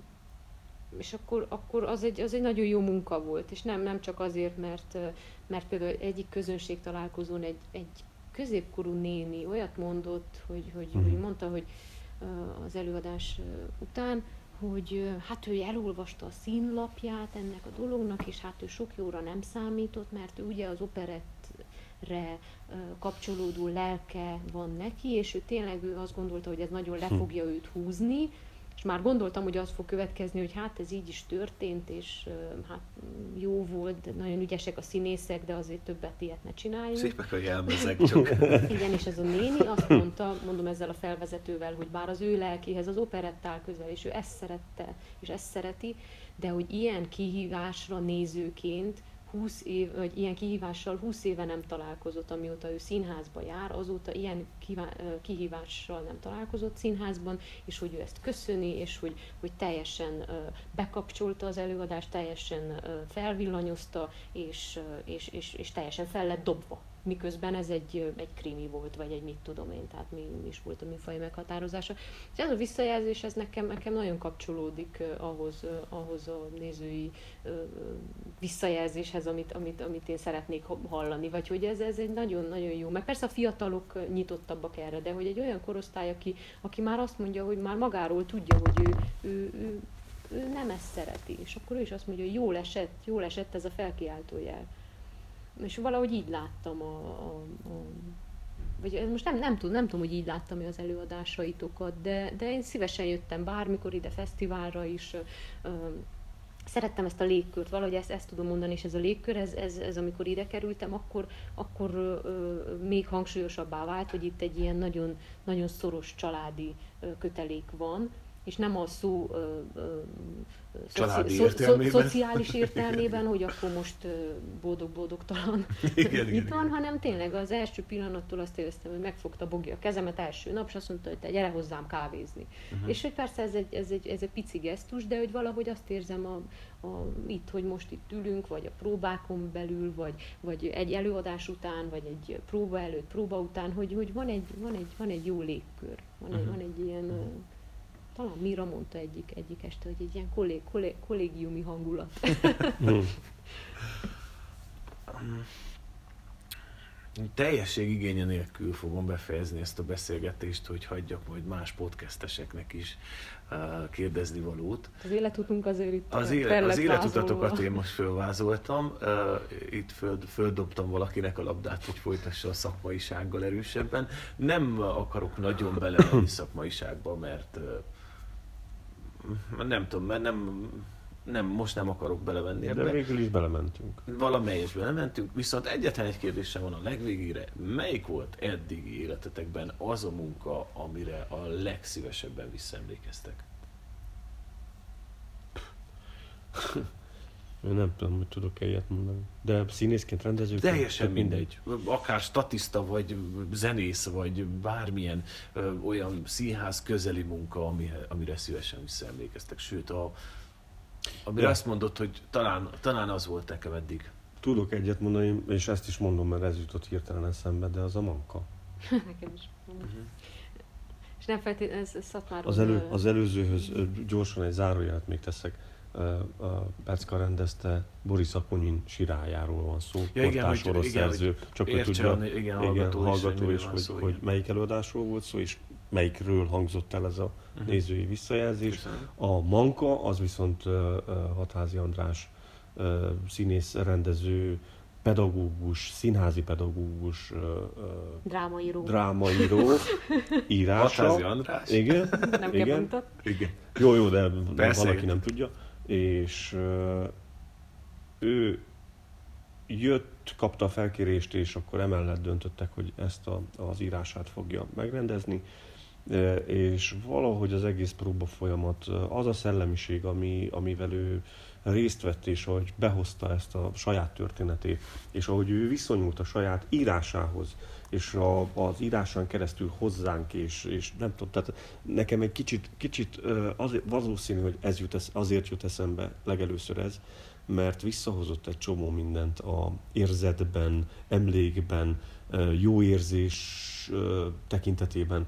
Speaker 3: és akkor, akkor az, egy, az egy nagyon jó munka volt, és nem, nem csak azért, mert, mert például egyik közönség találkozón egy, egy középkorú néni olyat mondott, hogy, hogy, mm. hogy mondta, hogy az előadás után, hogy hát ő elolvasta a színlapját ennek a dolognak, és hát ő sok jóra nem számított, mert ő ugye az operettre kapcsolódó lelke van neki, és ő tényleg ő azt gondolta, hogy ez nagyon le fogja őt húzni, és már gondoltam, hogy az fog következni, hogy hát ez így is történt, és hát jó volt, de nagyon ügyesek a színészek, de azért többet ilyet ne csináljunk.
Speaker 2: Szépek a jelmezek csak.
Speaker 3: Igen, és ez a néni azt mondta, mondom ezzel a felvezetővel, hogy bár az ő lelkéhez az operett áll közel, és ő ezt szerette, és ezt szereti, de hogy ilyen kihívásra nézőként húsz év, vagy ilyen kihívással húsz éve nem találkozott, amióta ő színházba jár, azóta ilyen kihívással nem találkozott színházban, és hogy ő ezt köszöni, és hogy, hogy teljesen bekapcsolta az előadást, teljesen felvillanyozta, és, és, és, és teljesen fel lett dobva. Miközben ez egy, egy krimi volt, vagy egy mit tudom én, tehát mi, mi is volt a műfaj meghatározása. És ez a visszajelzés, ez nekem, nekem nagyon kapcsolódik uh, ahhoz, uh, ahhoz a nézői uh, visszajelzéshez, amit, amit, amit én szeretnék hallani, vagy hogy ez, ez egy nagyon-nagyon jó. Meg persze a fiatalok nyitottabbak erre, de hogy egy olyan korosztály, aki, aki már azt mondja, hogy már magáról tudja, hogy ő, ő, ő, ő nem ezt szereti, és akkor ő is azt mondja, hogy jól esett, jól esett ez a felkiáltójel. És valahogy így láttam a, a, a, vagy most nem, nem, tudom, nem tudom, hogy így láttam az előadásaitokat, de, de én szívesen jöttem bármikor ide fesztiválra is. Szerettem ezt a légkört, valahogy ezt, ezt tudom mondani, és ez a légkör, ez, ez, ez amikor ide kerültem, akkor, akkor ö, még hangsúlyosabbá vált, hogy itt egy ilyen nagyon, nagyon szoros családi ö, kötelék van, és nem a szó ö, ö,
Speaker 2: Családi
Speaker 3: szoci,
Speaker 2: értelmében.
Speaker 3: Szo, szociális értelmében, hogy akkor most boldog-boldogtalan itt van, hanem tényleg az első pillanattól azt éreztem, hogy megfogta Bogi a kezemet első nap, és azt mondta, hogy te gyere hozzám kávézni. Uh-huh. És hogy persze ez egy, ez, egy, ez egy pici gesztus, de hogy valahogy azt érzem a, a, itt, hogy most itt ülünk, vagy a próbákon belül, vagy, vagy egy előadás után, vagy egy próba előtt, próba után, hogy, hogy van, egy, van, egy, van egy jó légkör, van, uh-huh. egy, van egy ilyen... Uh-huh. Talán Mira mondta egyik, egyik este, hogy egy ilyen kollég, kollég, kollégiumi hangulat.
Speaker 2: Teljesség igénye nélkül fogom befejezni ezt a beszélgetést, hogy hagyjak majd más podcasteseknek is uh, kérdezni valót.
Speaker 3: Az életutunk azért itt
Speaker 2: Az, éle, az életutatokat én most fölvázoltam, uh, itt föl, földobtam valakinek a labdát, hogy folytassa a szakmaisággal erősebben. Nem akarok nagyon belemenni szakmaiságba, mert uh, nem tudom, mert nem... Nem, most nem akarok belevenni ebbe.
Speaker 4: De végül is belementünk.
Speaker 2: Valamelyes belementünk, viszont egyetlen egy kérdésem van a legvégére. Melyik volt eddigi életetekben az a munka, amire a legszívesebben visszaemlékeztek?
Speaker 4: Én nem tudom, hogy tudok ilyet mondani. De színészként, rendezőként...
Speaker 2: Teljesen mindegy. Akár statiszta, vagy zenész, vagy bármilyen ö, olyan színház közeli munka, amire, amire szívesen visszaemlékeztek. Sőt, a amire ja. azt mondod, hogy talán, talán az volt nekem eddig.
Speaker 4: Tudok egyet mondani, és ezt is mondom, mert ez jutott hirtelen eszembe, de az a Manka.
Speaker 3: Nekem is. Uh-huh. És nem feltétlenül, ez, ez Szatmáron...
Speaker 4: Az, elő, az előzőhöz gyorsan egy zárójelet még teszek. Pecka rendezte, Boris Akonyin sirályáról van szó,
Speaker 2: ja,
Speaker 4: kortárs orosz szerző, csak hogy tudja,
Speaker 2: igen,
Speaker 4: igen,
Speaker 2: hallgató,
Speaker 4: hallgató
Speaker 2: is,
Speaker 4: és hogy,
Speaker 2: szó,
Speaker 4: hogy melyik előadásról volt szó, és melyikről hangzott el ez a uh-huh. nézői visszajelzés. Köszönöm. A Manka, az viszont uh, Hatházi András uh, színész, rendező, pedagógus, színházi pedagógus, uh,
Speaker 3: drámaíró,
Speaker 4: drámaíró írása.
Speaker 2: Hatházi András?
Speaker 4: Igen,
Speaker 3: nem
Speaker 4: igen.
Speaker 3: kell mondtad?
Speaker 2: Igen.
Speaker 4: Jó, jó, de
Speaker 2: Persze,
Speaker 4: valaki nem tudja. És uh, ő jött, kapta a felkérést, és akkor emellett döntöttek, hogy ezt a, az írását fogja megrendezni. Uh, és valahogy az egész próba folyamat, uh, az a szellemiség, ami, amivel ő részt vett, és ahogy behozta ezt a saját történetét, és ahogy ő viszonyult a saját írásához, és a, az írásán keresztül hozzánk, és, és nem tudom, tehát nekem egy kicsit, kicsit azért, valószínű, hogy ez jut esz, azért jut eszembe legelőször ez, mert visszahozott egy csomó mindent a érzetben, emlékben, jó érzés tekintetében,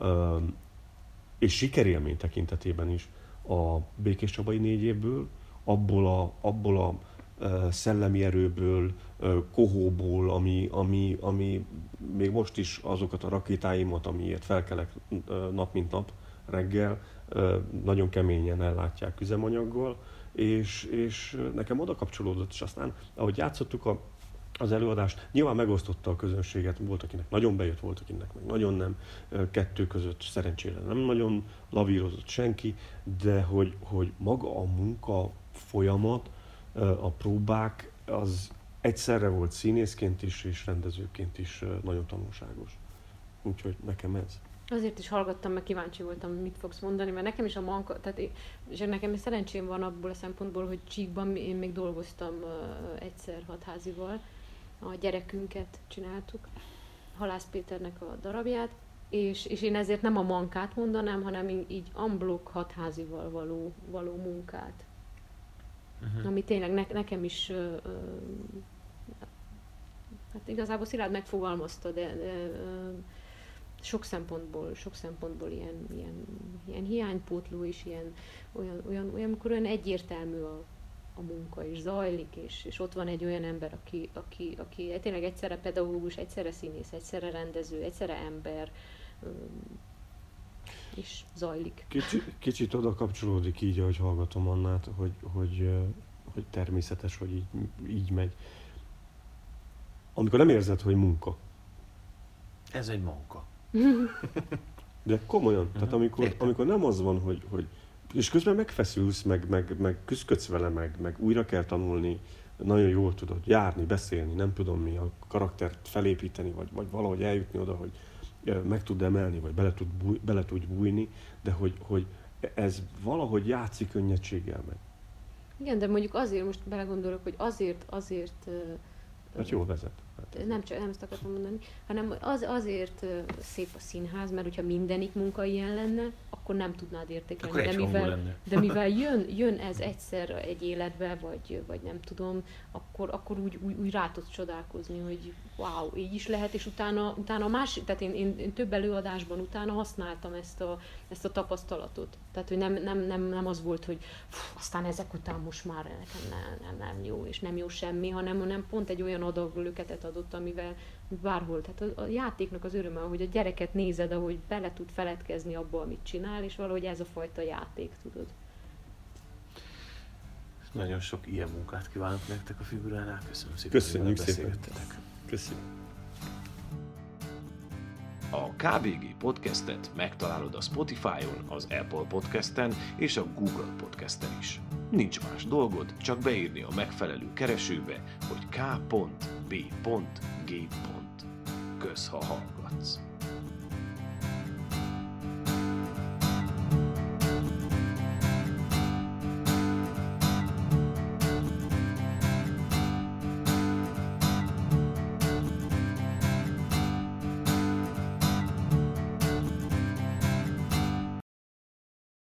Speaker 4: és sikerélmény tekintetében is a Békés Csabai négy évből, abból a, abból a uh, szellemi erőből, uh, kohóból, ami, ami, ami még most is azokat a rakétáimat, amiért felkelek uh, nap mint nap reggel, uh, nagyon keményen ellátják üzemanyaggal, és, és nekem oda kapcsolódott, és aztán, ahogy játszottuk a, az előadást, nyilván megosztotta a közönséget, volt, akinek nagyon bejött, volt, akinek meg nagyon nem, kettő között szerencsére nem nagyon lavírozott senki, de hogy, hogy maga a munka folyamat, a próbák, az egyszerre volt színészként is, és rendezőként is nagyon tanulságos. Úgyhogy nekem ez.
Speaker 3: Azért is hallgattam, mert kíváncsi voltam, mit fogsz mondani, mert nekem is a Manka, tehát én, és nekem is szerencsém van abból a szempontból, hogy Csíkban én még dolgoztam egyszer Hatházival, a Gyerekünket csináltuk, Halász Péternek a darabját, és, és én ezért nem a Mankát mondanám, hanem így unblock Hatházival való, való munkát. Uh-huh. Ami tényleg ne, nekem is, uh, uh, hát igazából Szilárd megfogalmazta, de, de uh, sok szempontból, sok szempontból ilyen, ilyen, ilyen hiánypótló és ilyen, olyan, olyan, olyan, amikor olyan egyértelmű a, a munka, és zajlik, és, és ott van egy olyan ember, aki, aki, aki tényleg egyszerre pedagógus, egyszerre színész, egyszerre rendező, egyszerre ember, és zajlik.
Speaker 4: Kicsi, kicsit oda kapcsolódik így, ahogy hallgatom Annát, hogy, hogy, hogy természetes, hogy így, így megy. Amikor nem érzed, hogy munka,
Speaker 2: Ez egy munka.
Speaker 4: De komolyan, tehát amikor, amikor nem az van, hogy, hogy és közben megfeszülsz, meg, meg, meg küzdködsz vele, meg, meg újra kell tanulni, nagyon jól tudod járni, beszélni, nem tudom mi, a karaktert felépíteni, vagy, vagy valahogy eljutni oda, hogy meg tud emelni, vagy bele tud, búj, bele tud bújni, de hogy, hogy ez valahogy játszik könnyedséggel meg.
Speaker 3: Igen, de mondjuk azért most belegondolok, hogy azért, azért...
Speaker 4: Hát jól vezet.
Speaker 3: Hát nem csak nem ezt akartam mondani, hanem az, azért szép a színház, mert hogyha mindenik munka ilyen lenne, akkor nem tudnád értékelni. De mivel, de mivel jön, jön ez egyszer egy életbe, vagy, vagy nem tudom, akkor, akkor úgy, úgy, úgy rá tudsz csodálkozni, hogy wow, így is lehet, és utána, utána más, tehát én, én, én több előadásban utána használtam ezt a, ezt a tapasztalatot. Tehát, hogy nem, nem, nem, nem az volt, hogy fú, aztán ezek után most már nekem nem, nem, nem jó, és nem jó semmi, hanem, hanem pont egy olyan adag löketet adott, amivel bárhol. Tehát a, a játéknak az öröme, hogy a gyereket nézed, ahogy bele tud feledkezni abba, amit csinál, és valahogy ez a fajta játék, tudod.
Speaker 2: Nagyon sok ilyen munkát kívánok nektek a figuránál. Köszönöm szépen,
Speaker 4: Köszönjük szépen. Köszönjük.
Speaker 1: A ká vé gé Podcastet megtalálod a Spotify-on, az Apple Podcasten és a Google Podcasten is. Nincs más dolgod, csak beírni a megfelelő keresőbe, hogy k pont b pont g. Kösz, ha hallgatsz!